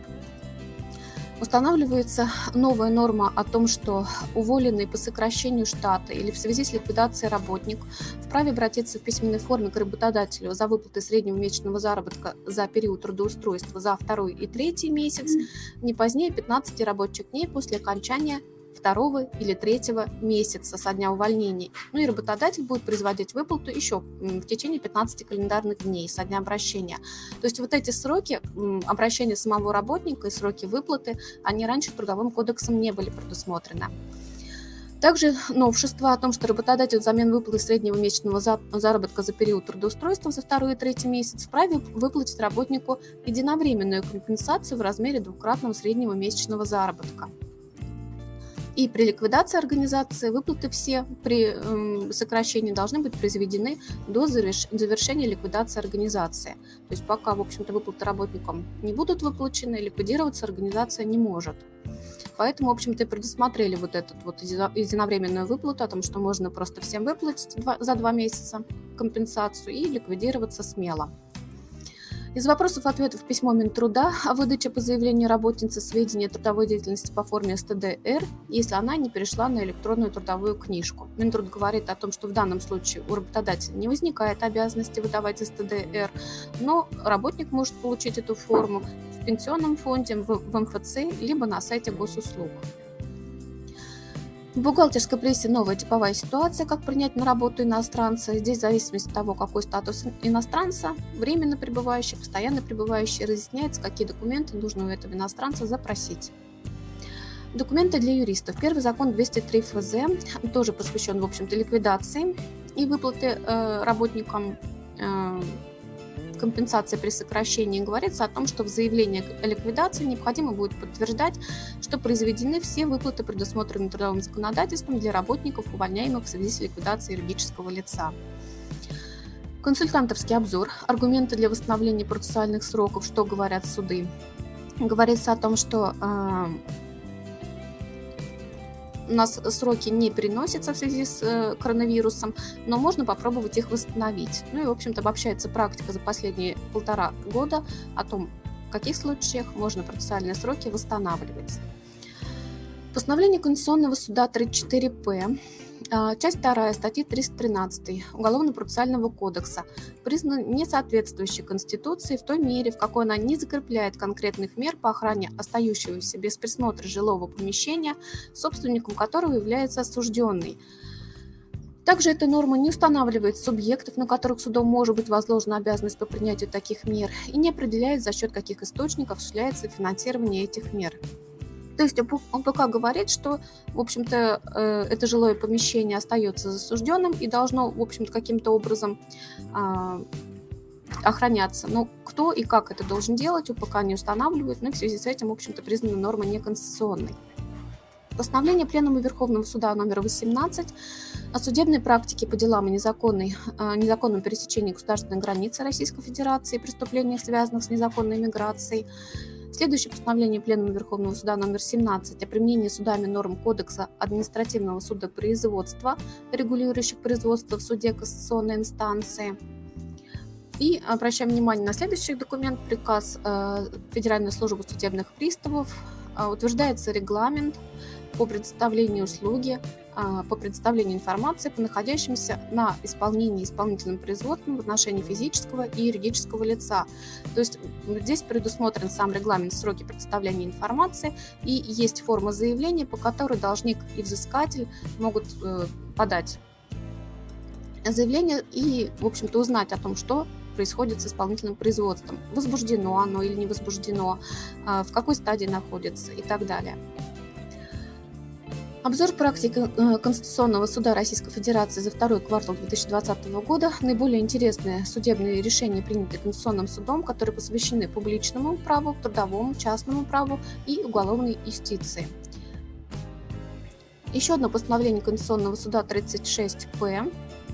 Устанавливается новая норма о том, что уволенный по сокращению штата или в связи с ликвидацией работник вправе обратиться в письменной форме к работодателю за выплатой среднего месячного заработка за период трудоустройства за 2 и 3 месяц не позднее 15 рабочих дней после окончания 2 или 3 месяца со дня увольнения. И работодатель будет производить выплату еще в течение 15 календарных дней со дня обращения. То есть вот эти сроки обращения самого работника и сроки выплаты, они раньше Трудовым кодексом не были предусмотрены. Также новшество о том, что работодатель взамен выплаты среднего месячного заработка за период трудоустройства за 2 и 3 месяц вправе выплатить работнику единовременную компенсацию в размере 2-кратного среднего месячного заработка. И при ликвидации организации выплаты все при сокращении должны быть произведены до завершения ликвидации организации. То есть пока, в общем-то, выплаты работникам не будут выплачены, ликвидироваться организация не может. Поэтому, в общем-то, и предусмотрели вот эту вот единовременную выплату о том, что можно просто всем выплатить за 2 месяца компенсацию и ликвидироваться смело. Из вопросов-ответов письмо Минтруда о выдаче по заявлению работницы сведений о трудовой деятельности по форме СТД-Р, если она не перешла на электронную трудовую книжку. Минтруд говорит о том, что в данном случае у работодателя не возникает обязанности выдавать СТД-Р, но работник может получить эту форму в пенсионном фонде, в МФЦ, либо на сайте госуслуг. В бухгалтерской прессе новая типовая ситуация, как принять на работу иностранца. Здесь в зависимости от того, какой статус иностранца, временно пребывающий, постоянно пребывающий, разъясняется, какие документы нужно у этого иностранца запросить. Документы для юристов. Первый закон 203 ФЗ тоже посвящен, в общем-то, ликвидации и выплаты работникам компенсации при сокращении. Говорится о том, что в заявлении о ликвидации необходимо будет подтверждать, что произведены все выплаты, предусмотренные трудовым законодательством для работников, увольняемых в связи с ликвидацией юридического лица. Консультантовский обзор. Аргументы для восстановления процессуальных сроков. Что говорят суды? Говорится о том, что у нас сроки не переносятся в связи с коронавирусом, но можно попробовать их восстановить. Ну и, в общем-то, обобщается практика за последние 1,5 года о том, в каких случаях можно процессуальные сроки восстанавливать. Постановление Конституционного суда 34П, часть 2 статьи 313 Уголовно-процессуального кодекса признана несоответствующей Конституции в той мере, в какой она не закрепляет конкретных мер по охране остающегося без присмотра жилого помещения, собственником которого является осужденный. Также эта норма не устанавливает субъектов, на которых судом может быть возложена обязанность по принятию таких мер, и не определяет, за счет каких источников осуществляется финансирование этих мер. То есть УПК говорит, что, в общем-то, это жилое помещение остается засужденным и должно, в общем-то, каким-то образом охраняться. Но кто и как это должен делать, УПК не устанавливает, но в связи с этим, в общем-то, признана норма неконституционной. Постановление Пленума Верховного Суда номер 18 о судебной практике по делам о незаконном пересечении государственной границы Российской Федерации и преступлениях, связанных с незаконной миграцией. Следующее постановление Пленума Верховного Суда номер 17 о применении судами норм Кодекса административного судопроизводства, регулирующих производство в суде кассационной инстанции. И обращаем внимание на следующий документ, приказ Федеральной службы судебных приставов. Утверждается регламент по предоставлению услуги, по предоставлению информации по находящимся на исполнении исполнительным производством в отношении физического и юридического лица. То есть здесь предусмотрен сам регламент сроки предоставления информации и есть форма заявления, по которой должник и взыскатель могут подать заявление и, в общем-то, узнать о том, что происходит с исполнительным производством, возбуждено оно или не возбуждено, в какой стадии находится и так далее. Обзор практики Конституционного суда Российской Федерации за 2 квартал 2020 года. Наиболее интересные судебные решения, принятые Конституционным судом, которые посвящены публичному праву, трудовому, частному праву и уголовной юстиции. Еще одно постановление Конституционного суда 36П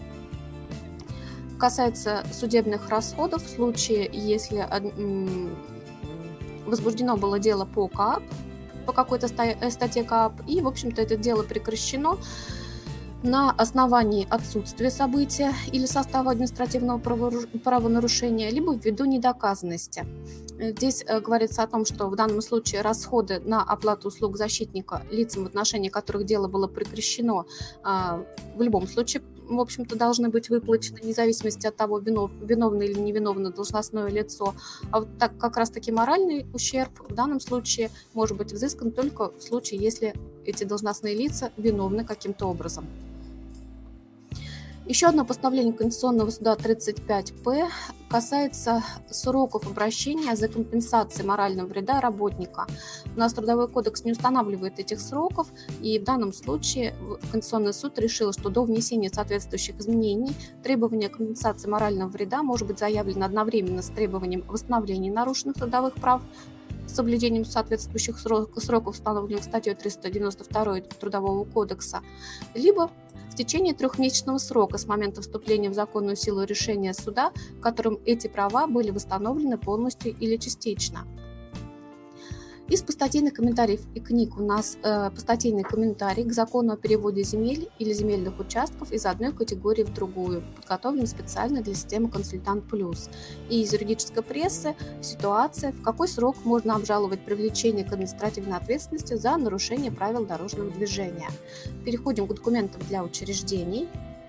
касается судебных расходов в случае, если возбуждено было дело по КАП, по какой-то статье КАП, и, в общем-то, это дело прекращено на основании отсутствия события или состава административного правонарушения, либо ввиду недоказанности. Здесь говорится о том, что в данном случае расходы на оплату услуг защитника лицам, в отношении которых дело было прекращено, в любом случае, в общем-то, должны быть выплачены, вне зависимости от того, виновно или невиновно должностное лицо. А вот так, как раз-таки моральный ущерб в данном случае может быть взыскан только в случае, если эти должностные лица виновны каким-то образом. Еще одно постановление Конституционного суда 35П касается сроков обращения за компенсацией морального вреда работника. У нас Трудовой кодекс не устанавливает этих сроков, и в данном случае Конституционный суд решил, что до внесения соответствующих изменений требование компенсации морального вреда может быть заявлено одновременно с требованием восстановления нарушенных трудовых прав с соблюдением соответствующих сроков, установленных статьей 392 Трудового кодекса, либо в течение 3-месячного срока с момента вступления в законную силу решения суда, которым эти права были восстановлены полностью или частично. Из постатейных комментариев и книг у нас постатейный комментарий к закону о переводе земель или земельных участков из одной категории в другую, подготовлен специально для системы «Консультант Плюс». И из юридической прессы ситуация, в какой срок можно обжаловать привлечение к административной ответственности за нарушение правил дорожного движения. Переходим к документам для учреждений.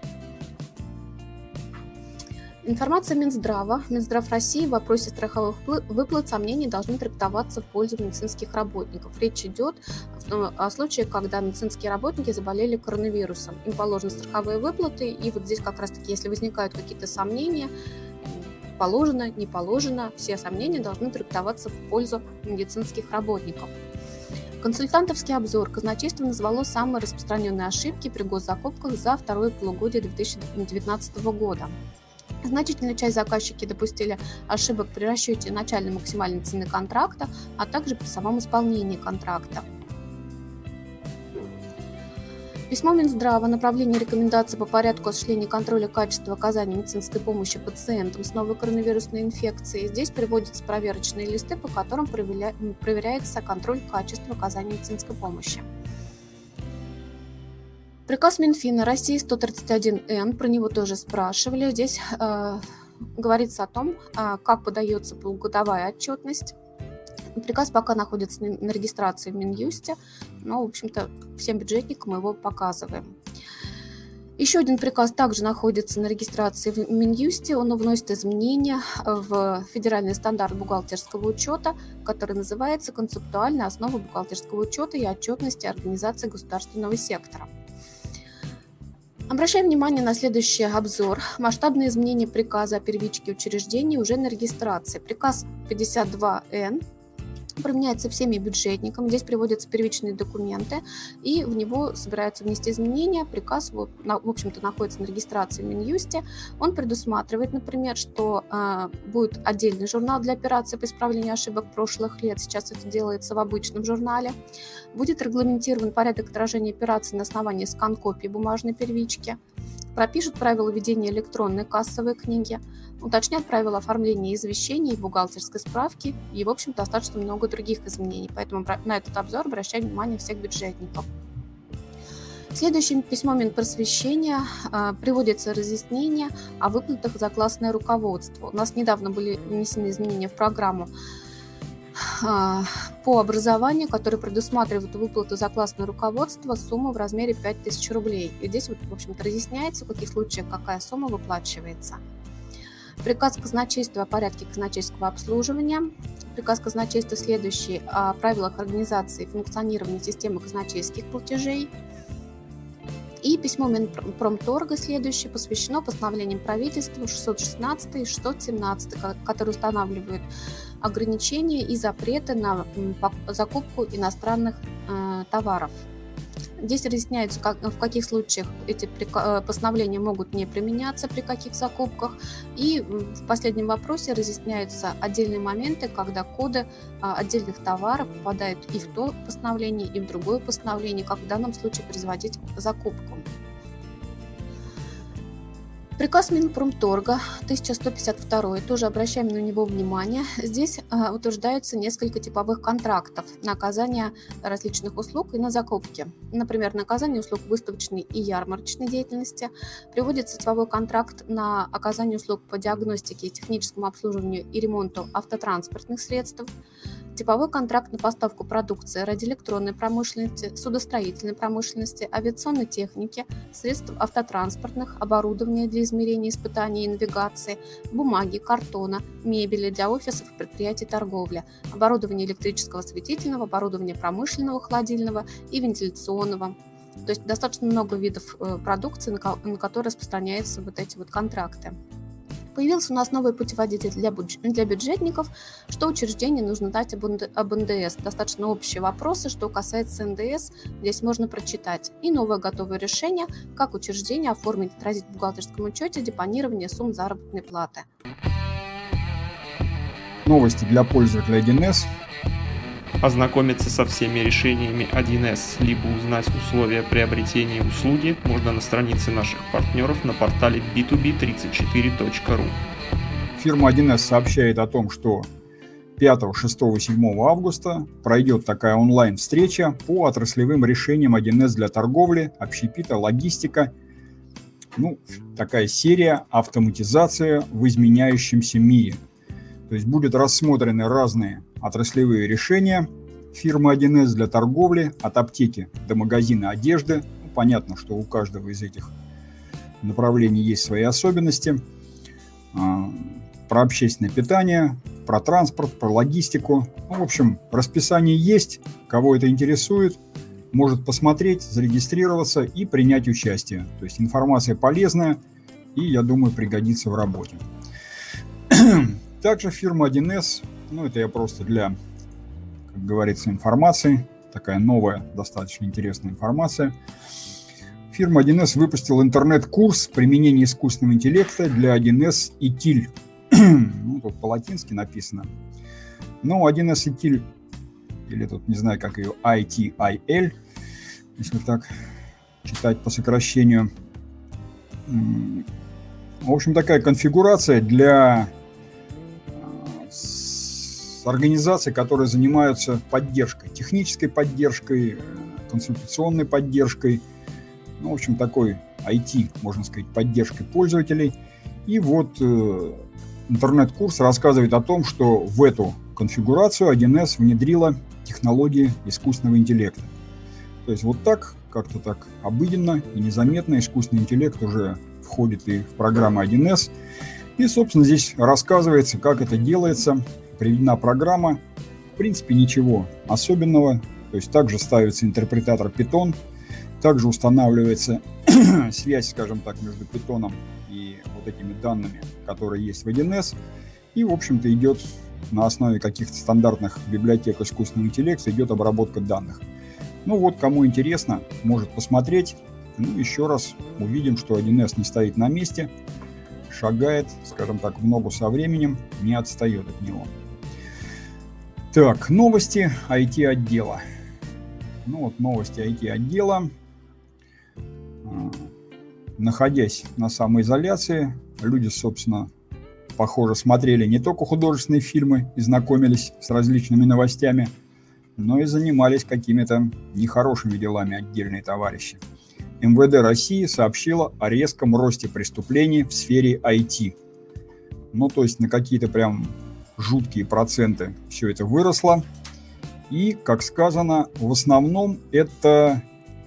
Информация Минздрава. Минздрав России в вопросе страховых выплат сомнений должны трактоваться в пользу медицинских работников. Речь идет о случае, когда медицинские работники заболели коронавирусом. Им положены страховые выплаты, и вот здесь как раз-таки, если возникают какие-то сомнения, положено, не положено, все сомнения должны трактоваться в пользу медицинских работников. Консультантовский обзор. Казначейство назвало самые распространенные ошибки при госзакупках за второе полугодие 2019 года. Значительная часть заказчики допустили ошибок при расчете начальной максимальной цены контракта, а также при самом исполнении контракта. Письмо Минздрава, направление рекомендаций по порядку осуществления контроля качества оказания медицинской помощи пациентам с новой коронавирусной инфекцией. Здесь приводятся проверочные листы, по которым проверяется контроль качества оказания медицинской помощи. Приказ Минфина России 131-Н, про него тоже спрашивали. Здесь говорится о том, как подается полугодовая отчетность. Приказ пока находится на регистрации в Минюсте, но, в общем-то, всем бюджетникам его показываем. Еще один приказ также находится на регистрации в Минюсте. Он вносит изменения в федеральный стандарт бухгалтерского учета, который называется «Концептуальная основа бухгалтерского учета и отчетности организации государственного сектора». Обращаем внимание на следующий обзор. Масштабные изменения приказа о первичке учреждений уже на регистрации. Приказ 52Н применяется всеми бюджетниками. Здесь приводятся первичные документы, и в него собираются внести изменения. Приказ, в общем-то, находится на регистрации в Минюсте. Он предусматривает, например, что будет отдельный журнал для операций по исправлению ошибок прошлых лет. Сейчас это делается в обычном журнале. Будет регламентирован порядок отражения операций на основании скан-копии бумажной первички. Пропишут правила ведения электронной кассовой книги, уточнят правила оформления извещений и бухгалтерской справки и, в общем, достаточно много других изменений. Поэтому на этот обзор обращаем внимание всех бюджетников. Следующим письмом Минпросвещения приводится разъяснение о выплатах за классное руководство. У нас недавно были внесены изменения в программу по образованию, который предусматривает выплату за классное руководство суммы в размере 5000 рублей. И здесь, в общем-то, разъясняется, в каких случаях какая сумма выплачивается. Приказ казначейства о порядке казначейского обслуживания. Приказ казначейства следующий о правилах организации и функционирования системы казначейских платежей. И письмо Минпромторга следующее посвящено постановлениям правительства 616 и 617, которые устанавливают ограничения и запреты на закупку иностранных товаров. Здесь разъясняется, в каких случаях эти постановления могут не применяться, при каких закупках. И в последнем вопросе разъясняются отдельные моменты, когда коды отдельных товаров попадают и в то постановление, и в другое постановление, как в данном случае производить закупку. Приказ Минпромторга 1152, тоже обращаем на него внимание. Здесь утверждаются несколько типовых контрактов на оказание различных услуг и на закупки. Например, на оказание услуг выставочной и ярмарочной деятельности. Приводится типовой контракт на оказание услуг по диагностике, техническому обслуживанию и ремонту автотранспортных средств. Типовой контракт на поставку продукции радиоэлектронной промышленности, судостроительной промышленности, авиационной техники, средств автотранспортных, оборудования для измерения, испытаний и навигации, бумаги, картона, мебели для офисов и предприятий торговли, оборудование электрического осветительного, оборудование промышленного, холодильного и вентиляционного, То есть достаточно много видов продукции, на которые распространяются вот эти вот контракты. Появился у нас новый путеводитель для бюджетников, что учреждение нужно дать об НДС. Достаточно общие вопросы, что касается НДС, здесь можно прочитать. И новое готовое решение, как учреждение оформить и отразить в бухгалтерском учете депонирование сумм заработной платы. Новости для пользователя 1С. Ознакомиться со всеми решениями 1С, либо узнать условия приобретения услуги можно на странице наших партнеров на портале b2b34.ru. Фирма 1С сообщает о том, что 5, 6, 7 августа пройдет такая онлайн-встреча по отраслевым решениям 1С для торговли, общепита, логистика. Такая серия «Автоматизация в изменяющемся мире». То есть будут рассмотрены разные отраслевые решения фирмы 1С для торговли, от аптеки до магазина одежды. Понятно, что у каждого из этих направлений есть свои особенности. Про общественное питание, про транспорт, про логистику. В общем, расписание есть. Кого это интересует, может посмотреть, зарегистрироваться и принять участие. То есть информация полезная и, я думаю, пригодится в работе. Также фирма 1С, это я просто для, как говорится, информации, такая новая, достаточно интересная информация. Фирма 1С выпустила интернет-курс применения искусственного интеллекта для 1С ITIL. Тут по-латински написано. 1С ITIL, или тут не знаю, как ее, ITIL, если так читать по сокращению. В общем, такая конфигурация для организаций, которые занимаются поддержкой, технической поддержкой, консультационной поддержкой, в общем, такой IT, можно сказать, поддержкой пользователей. И вот интернет-курс рассказывает о том, что в эту конфигурацию 1С внедрила технологии искусственного интеллекта. То есть вот так, как-то так обыденно и незаметно искусственный интеллект уже входит и в программу 1С. И, собственно, здесь рассказывается, как это делается. Приведена программа, в принципе, ничего особенного. То есть также ставится интерпретатор Python, также устанавливается связь, скажем так, между Python и вот этими данными, которые есть в 1С. И, в общем-то, идет на основе каких-то стандартных библиотек искусственного интеллекта, идет обработка данных. Кому интересно, может посмотреть. Еще раз увидим, что 1С не стоит на месте, шагает, скажем так, в ногу со временем, не отстает от него. Так, новости IT-отдела. Новости IT-отдела. Находясь на самоизоляции, люди, собственно, похоже, смотрели не только художественные фильмы и знакомились с различными новостями, но и занимались какими-то нехорошими делами отдельные товарищи. МВД России сообщило о резком росте преступлений в сфере IT. То есть на какие-то прям жуткие проценты все это выросло. И, как сказано, в основном это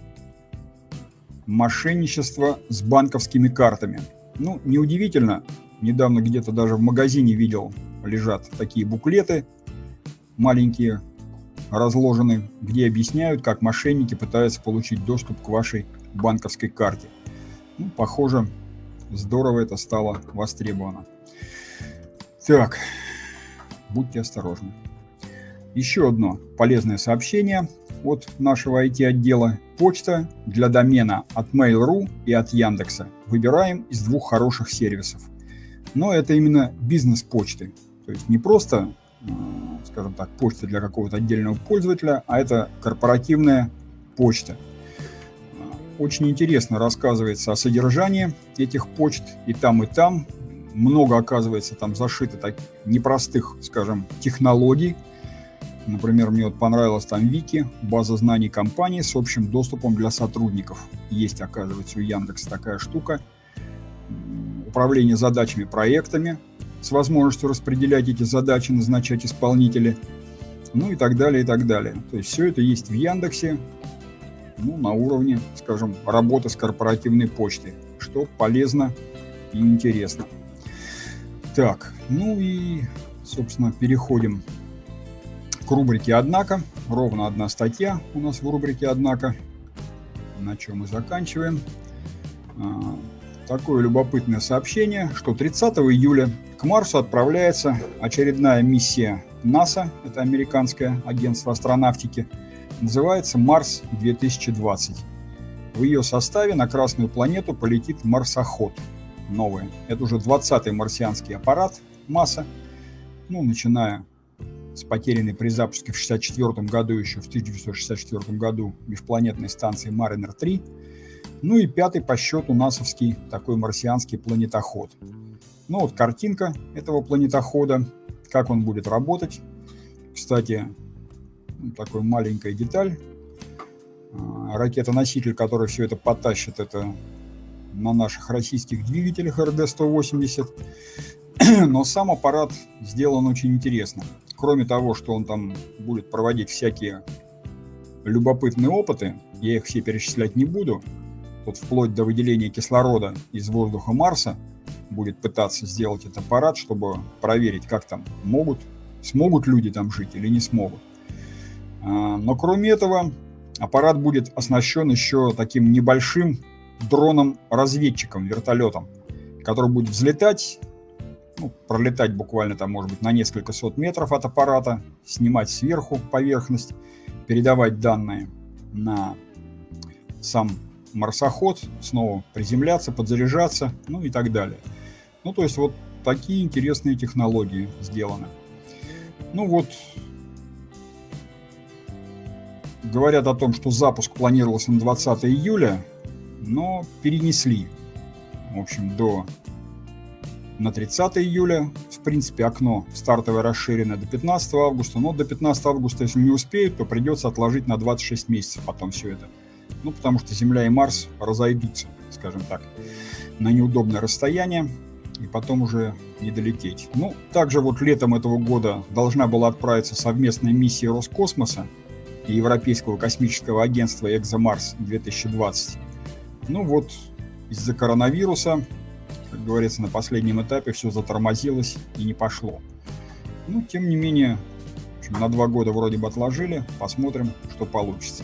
мошенничество с банковскими картами. Неудивительно, недавно где-то даже в магазине видел, лежат такие буклеты маленькие, разложены, где объясняют, как мошенники пытаются получить доступ к вашей банковской карте. Похоже, здорово это стало востребовано. Так, будьте осторожны. Еще одно полезное сообщение от нашего IT-отдела. Почта для домена от Mail.ru и от Яндекса. Выбираем из двух хороших сервисов. Но это именно бизнес-почты. То есть не просто, скажем так, почта для какого-то отдельного пользователя, а это корпоративная почта. Очень интересно рассказывается о содержании этих почт и там, и там. Много, оказывается, там зашито так непростых, скажем, технологий. Например, мне понравилась там Вики, база знаний компании с общим доступом для сотрудников. Есть, оказывается, у Яндекса такая штука. Управление задачами, проектами с возможностью распределять эти задачи, назначать исполнителей, и так далее, и так далее. То есть все это есть в Яндексе, на уровне, скажем, работы с корпоративной почтой, что полезно и интересно. Так, и, собственно, переходим к рубрике «Однако». Ровно одна статья у нас в рубрике «Однако». на чем мы заканчиваем. Такое любопытное сообщение, что 30 июля к Марсу отправляется очередная миссия НАСА, это американское агентство астронавтики, называется Марс-2020. В ее составе на Красную планету полетит марсоход новый. Это уже 20-й марсианский аппарат МАСА, начиная с потерянной при запуске в 1964 году, еще в 1964 году, межпланетной станции Маринер-3, и 5-й по счету насовский такой марсианский планетоход. Картинка этого планетохода, как он будет работать. Кстати, такая маленькая деталь. Ракета-носитель, которая все это потащит, это на наших российских двигателях РД-180. Но сам аппарат сделан очень интересно. Кроме того, что он там будет проводить всякие любопытные опыты, я их все перечислять не буду, вот вплоть до выделения кислорода из воздуха Марса будет пытаться сделать этот аппарат, чтобы проверить, как там смогут люди там жить или не смогут. Но кроме этого, аппарат будет оснащен еще таким небольшим дроном-разведчиком, вертолетом, который будет взлетать, пролетать буквально там, может быть, на несколько сот метров от аппарата, снимать сверху поверхность, передавать данные на сам марсоход, снова приземляться, подзаряжаться, и так далее. То есть вот такие интересные технологии сделаны. Говорят о том, что запуск планировался на 20 июля, но перенесли, в общем, на 30 июля. В принципе, окно стартовое расширено до 15 августа, но до 15 августа, если не успеют, то придется отложить на 26 месяцев потом все это. Потому что Земля и Марс разойдутся, скажем так, на неудобное расстояние, и потом уже не долететь. Также летом этого года должна была отправиться совместная миссия Роскосмоса и Европейского космического агентства «Экзомарс-2020». Из-за коронавируса, как говорится, на последнем этапе все затормозилось и не пошло. Тем не менее, в общем, на 2 года вроде бы отложили, посмотрим, что получится.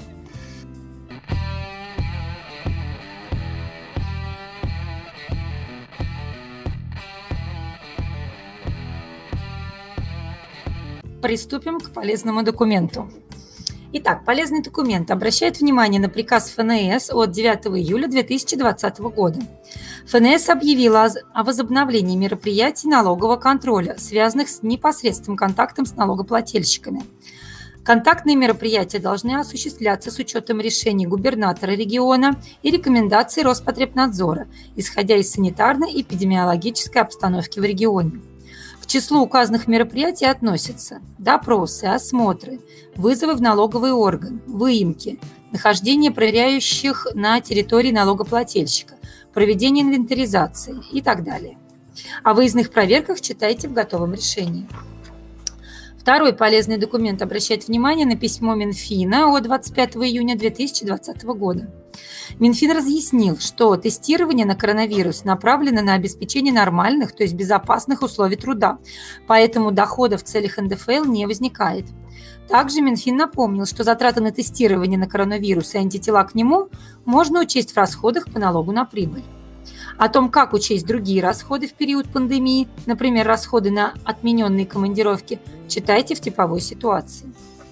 Приступим к полезному документу. Итак, полезный документ обращает внимание на приказ ФНС от 9 июля 2020 года. ФНС объявила о возобновлении мероприятий налогового контроля, связанных с непосредственным контактом с налогоплательщиками. Контактные мероприятия должны осуществляться с учетом решений губернатора региона и рекомендаций Роспотребнадзора, исходя из санитарно-эпидемиологической обстановки в регионе. К числу указанных мероприятий относятся допросы, осмотры, вызовы в налоговый орган, выемки, нахождение проверяющих на территории налогоплательщика, проведение инвентаризации и так далее. О выездных проверках читайте в готовом решении. Второй полезный документ обращает внимание на письмо Минфина от 25 июня 2020 года. Минфин разъяснил, что тестирование на коронавирус направлено на обеспечение нормальных, то есть безопасных условий труда, поэтому доходов в целях НДФЛ не возникает. Также Минфин напомнил, что затраты на тестирование на коронавирус и антитела к нему можно учесть в расходах по налогу на прибыль. О том, как учесть другие расходы в период пандемии, например, расходы на отмененные командировки, читайте в типовой ситуации.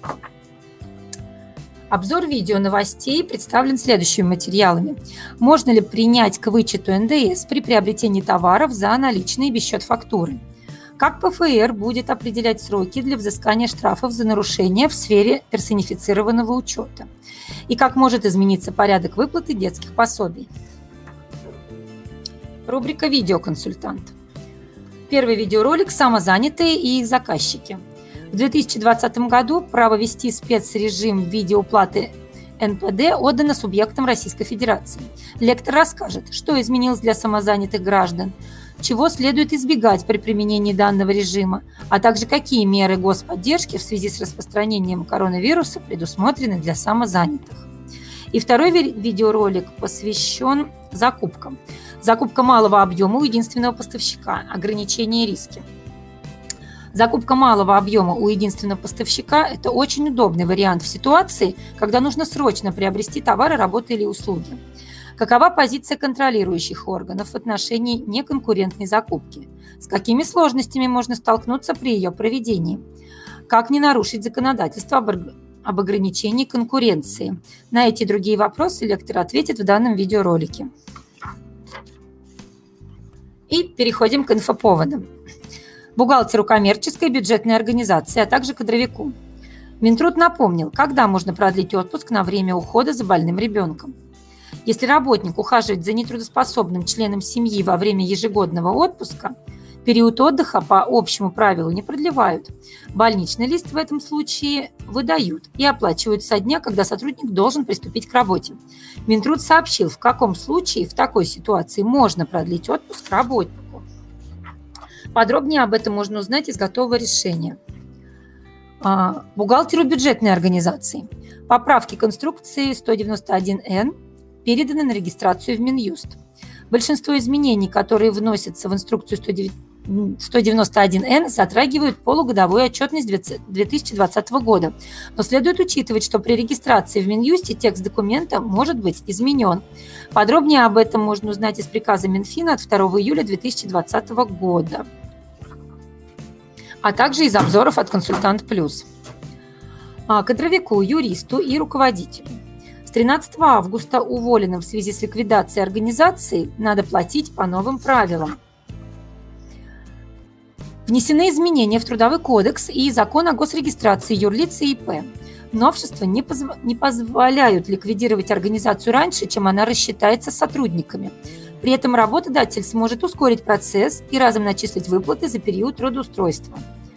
Обзор видео новостей представлен следующими материалами. Можно ли принять к вычету НДС при приобретении товаров за наличные без счет фактуры? Как ПФР будет определять сроки для взыскания штрафов за нарушения в сфере персонифицированного учета? И как может измениться порядок выплаты детских пособий? Рубрика «Видеоконсультант». Первый видеоролик «Самозанятые и их заказчики». В 2020 году право вести спецрежим видеоуплаты НПД отдано субъектам Российской Федерации. Лектор расскажет, что изменилось для самозанятых граждан, чего следует избегать при применении данного режима, а также какие меры господдержки в связи с распространением коронавируса предусмотрены для самозанятых. И второй видеоролик посвящен закупкам. Закупка малого объема у единственного поставщика. Ограничения и риски. Закупка малого объема у единственного поставщика – это очень удобный вариант в ситуации, когда нужно срочно приобрести товары, работы или услуги. Какова позиция контролирующих органов в отношении неконкурентной закупки? С какими сложностями можно столкнуться при ее проведении? Как не нарушить законодательство об ограничении конкуренции? На эти и другие вопросы лектор ответит в данном видеоролике. И переходим к инфоповодам. Бухгалтеру коммерческой бюджетной организации, а также кадровику. Минтруд напомнил, когда можно продлить отпуск на время ухода за больным ребенком. Если работник ухаживает за нетрудоспособным членом семьи во время ежегодного отпуска, период отдыха по общему правилу не продлевают. Больничный лист в этом случае выдают и оплачивают со дня, когда сотрудник должен приступить к работе. Минтруд сообщил, в каком случае в такой ситуации можно продлить отпуск работнику. Подробнее об этом можно узнать из готового решения. Бухгалтеру бюджетной организации. Поправки конструкции 191Н переданы на регистрацию в Минюст. Большинство изменений, которые вносятся в инструкцию 191Н, затрагивают полугодовую отчетность 2020 года. Но следует учитывать, что при регистрации в Минюсте текст документа может быть изменен. Подробнее об этом можно узнать из приказа Минфина от 2 июля 2020 года, а также из обзоров от «Консультант Плюс». Кадровику, юристу и руководителю. С 13 августа уволенным в связи с ликвидацией организации надо платить по новым правилам. Внесены изменения в Трудовой кодекс и Закон о госрегистрации юрлиц и ИП. Новшества не позволяют ликвидировать организацию раньше, чем она рассчитается с сотрудниками. При этом работодатель сможет ускорить процесс и разом начислить выплаты за период трудоустройства.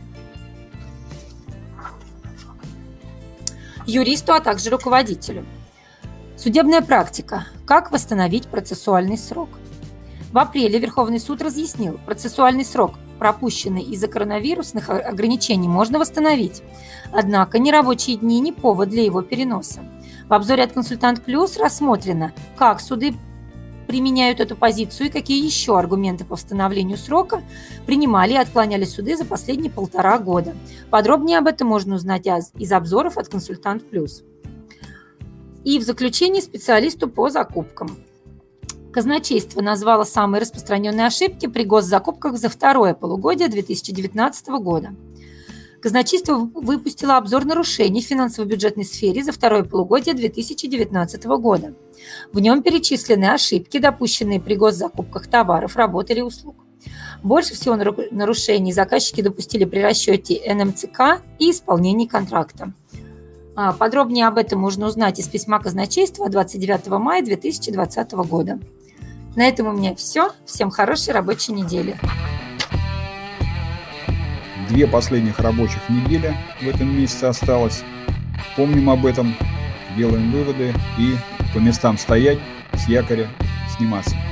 Юристу, а также руководителю. Судебная практика. Как восстановить процессуальный срок? В апреле Верховный суд разъяснил, процессуальный срок, пропущенный из-за коронавирусных ограничений, можно восстановить. Однако нерабочие дни не повод для его переноса. В обзоре от «Консультант Плюс» рассмотрено, как суды применяют эту позицию и какие еще аргументы по восстановлению срока принимали и отклоняли суды за последние 1,5 года. Подробнее об этом можно узнать из обзоров от «Консультант Плюс». И в заключении специалисту по закупкам. Казначейство назвало самые распространенные ошибки при госзакупках за второе полугодие 2019 года. Казначейство выпустило обзор нарушений в финансово-бюджетной сфере за второе полугодие 2019 года. В нем перечислены ошибки, допущенные при госзакупках товаров, работ или услуг. Больше всего нарушений заказчики допустили при расчете НМЦК и исполнении контракта. Подробнее об этом можно узнать из письма казначейства 29 мая 2020 года. На этом у меня все. Всем хорошей рабочей недели. 2 последних рабочих недели в этом месяце осталось. Помним об этом, делаем выводы и по местам стоять, с якоря сниматься.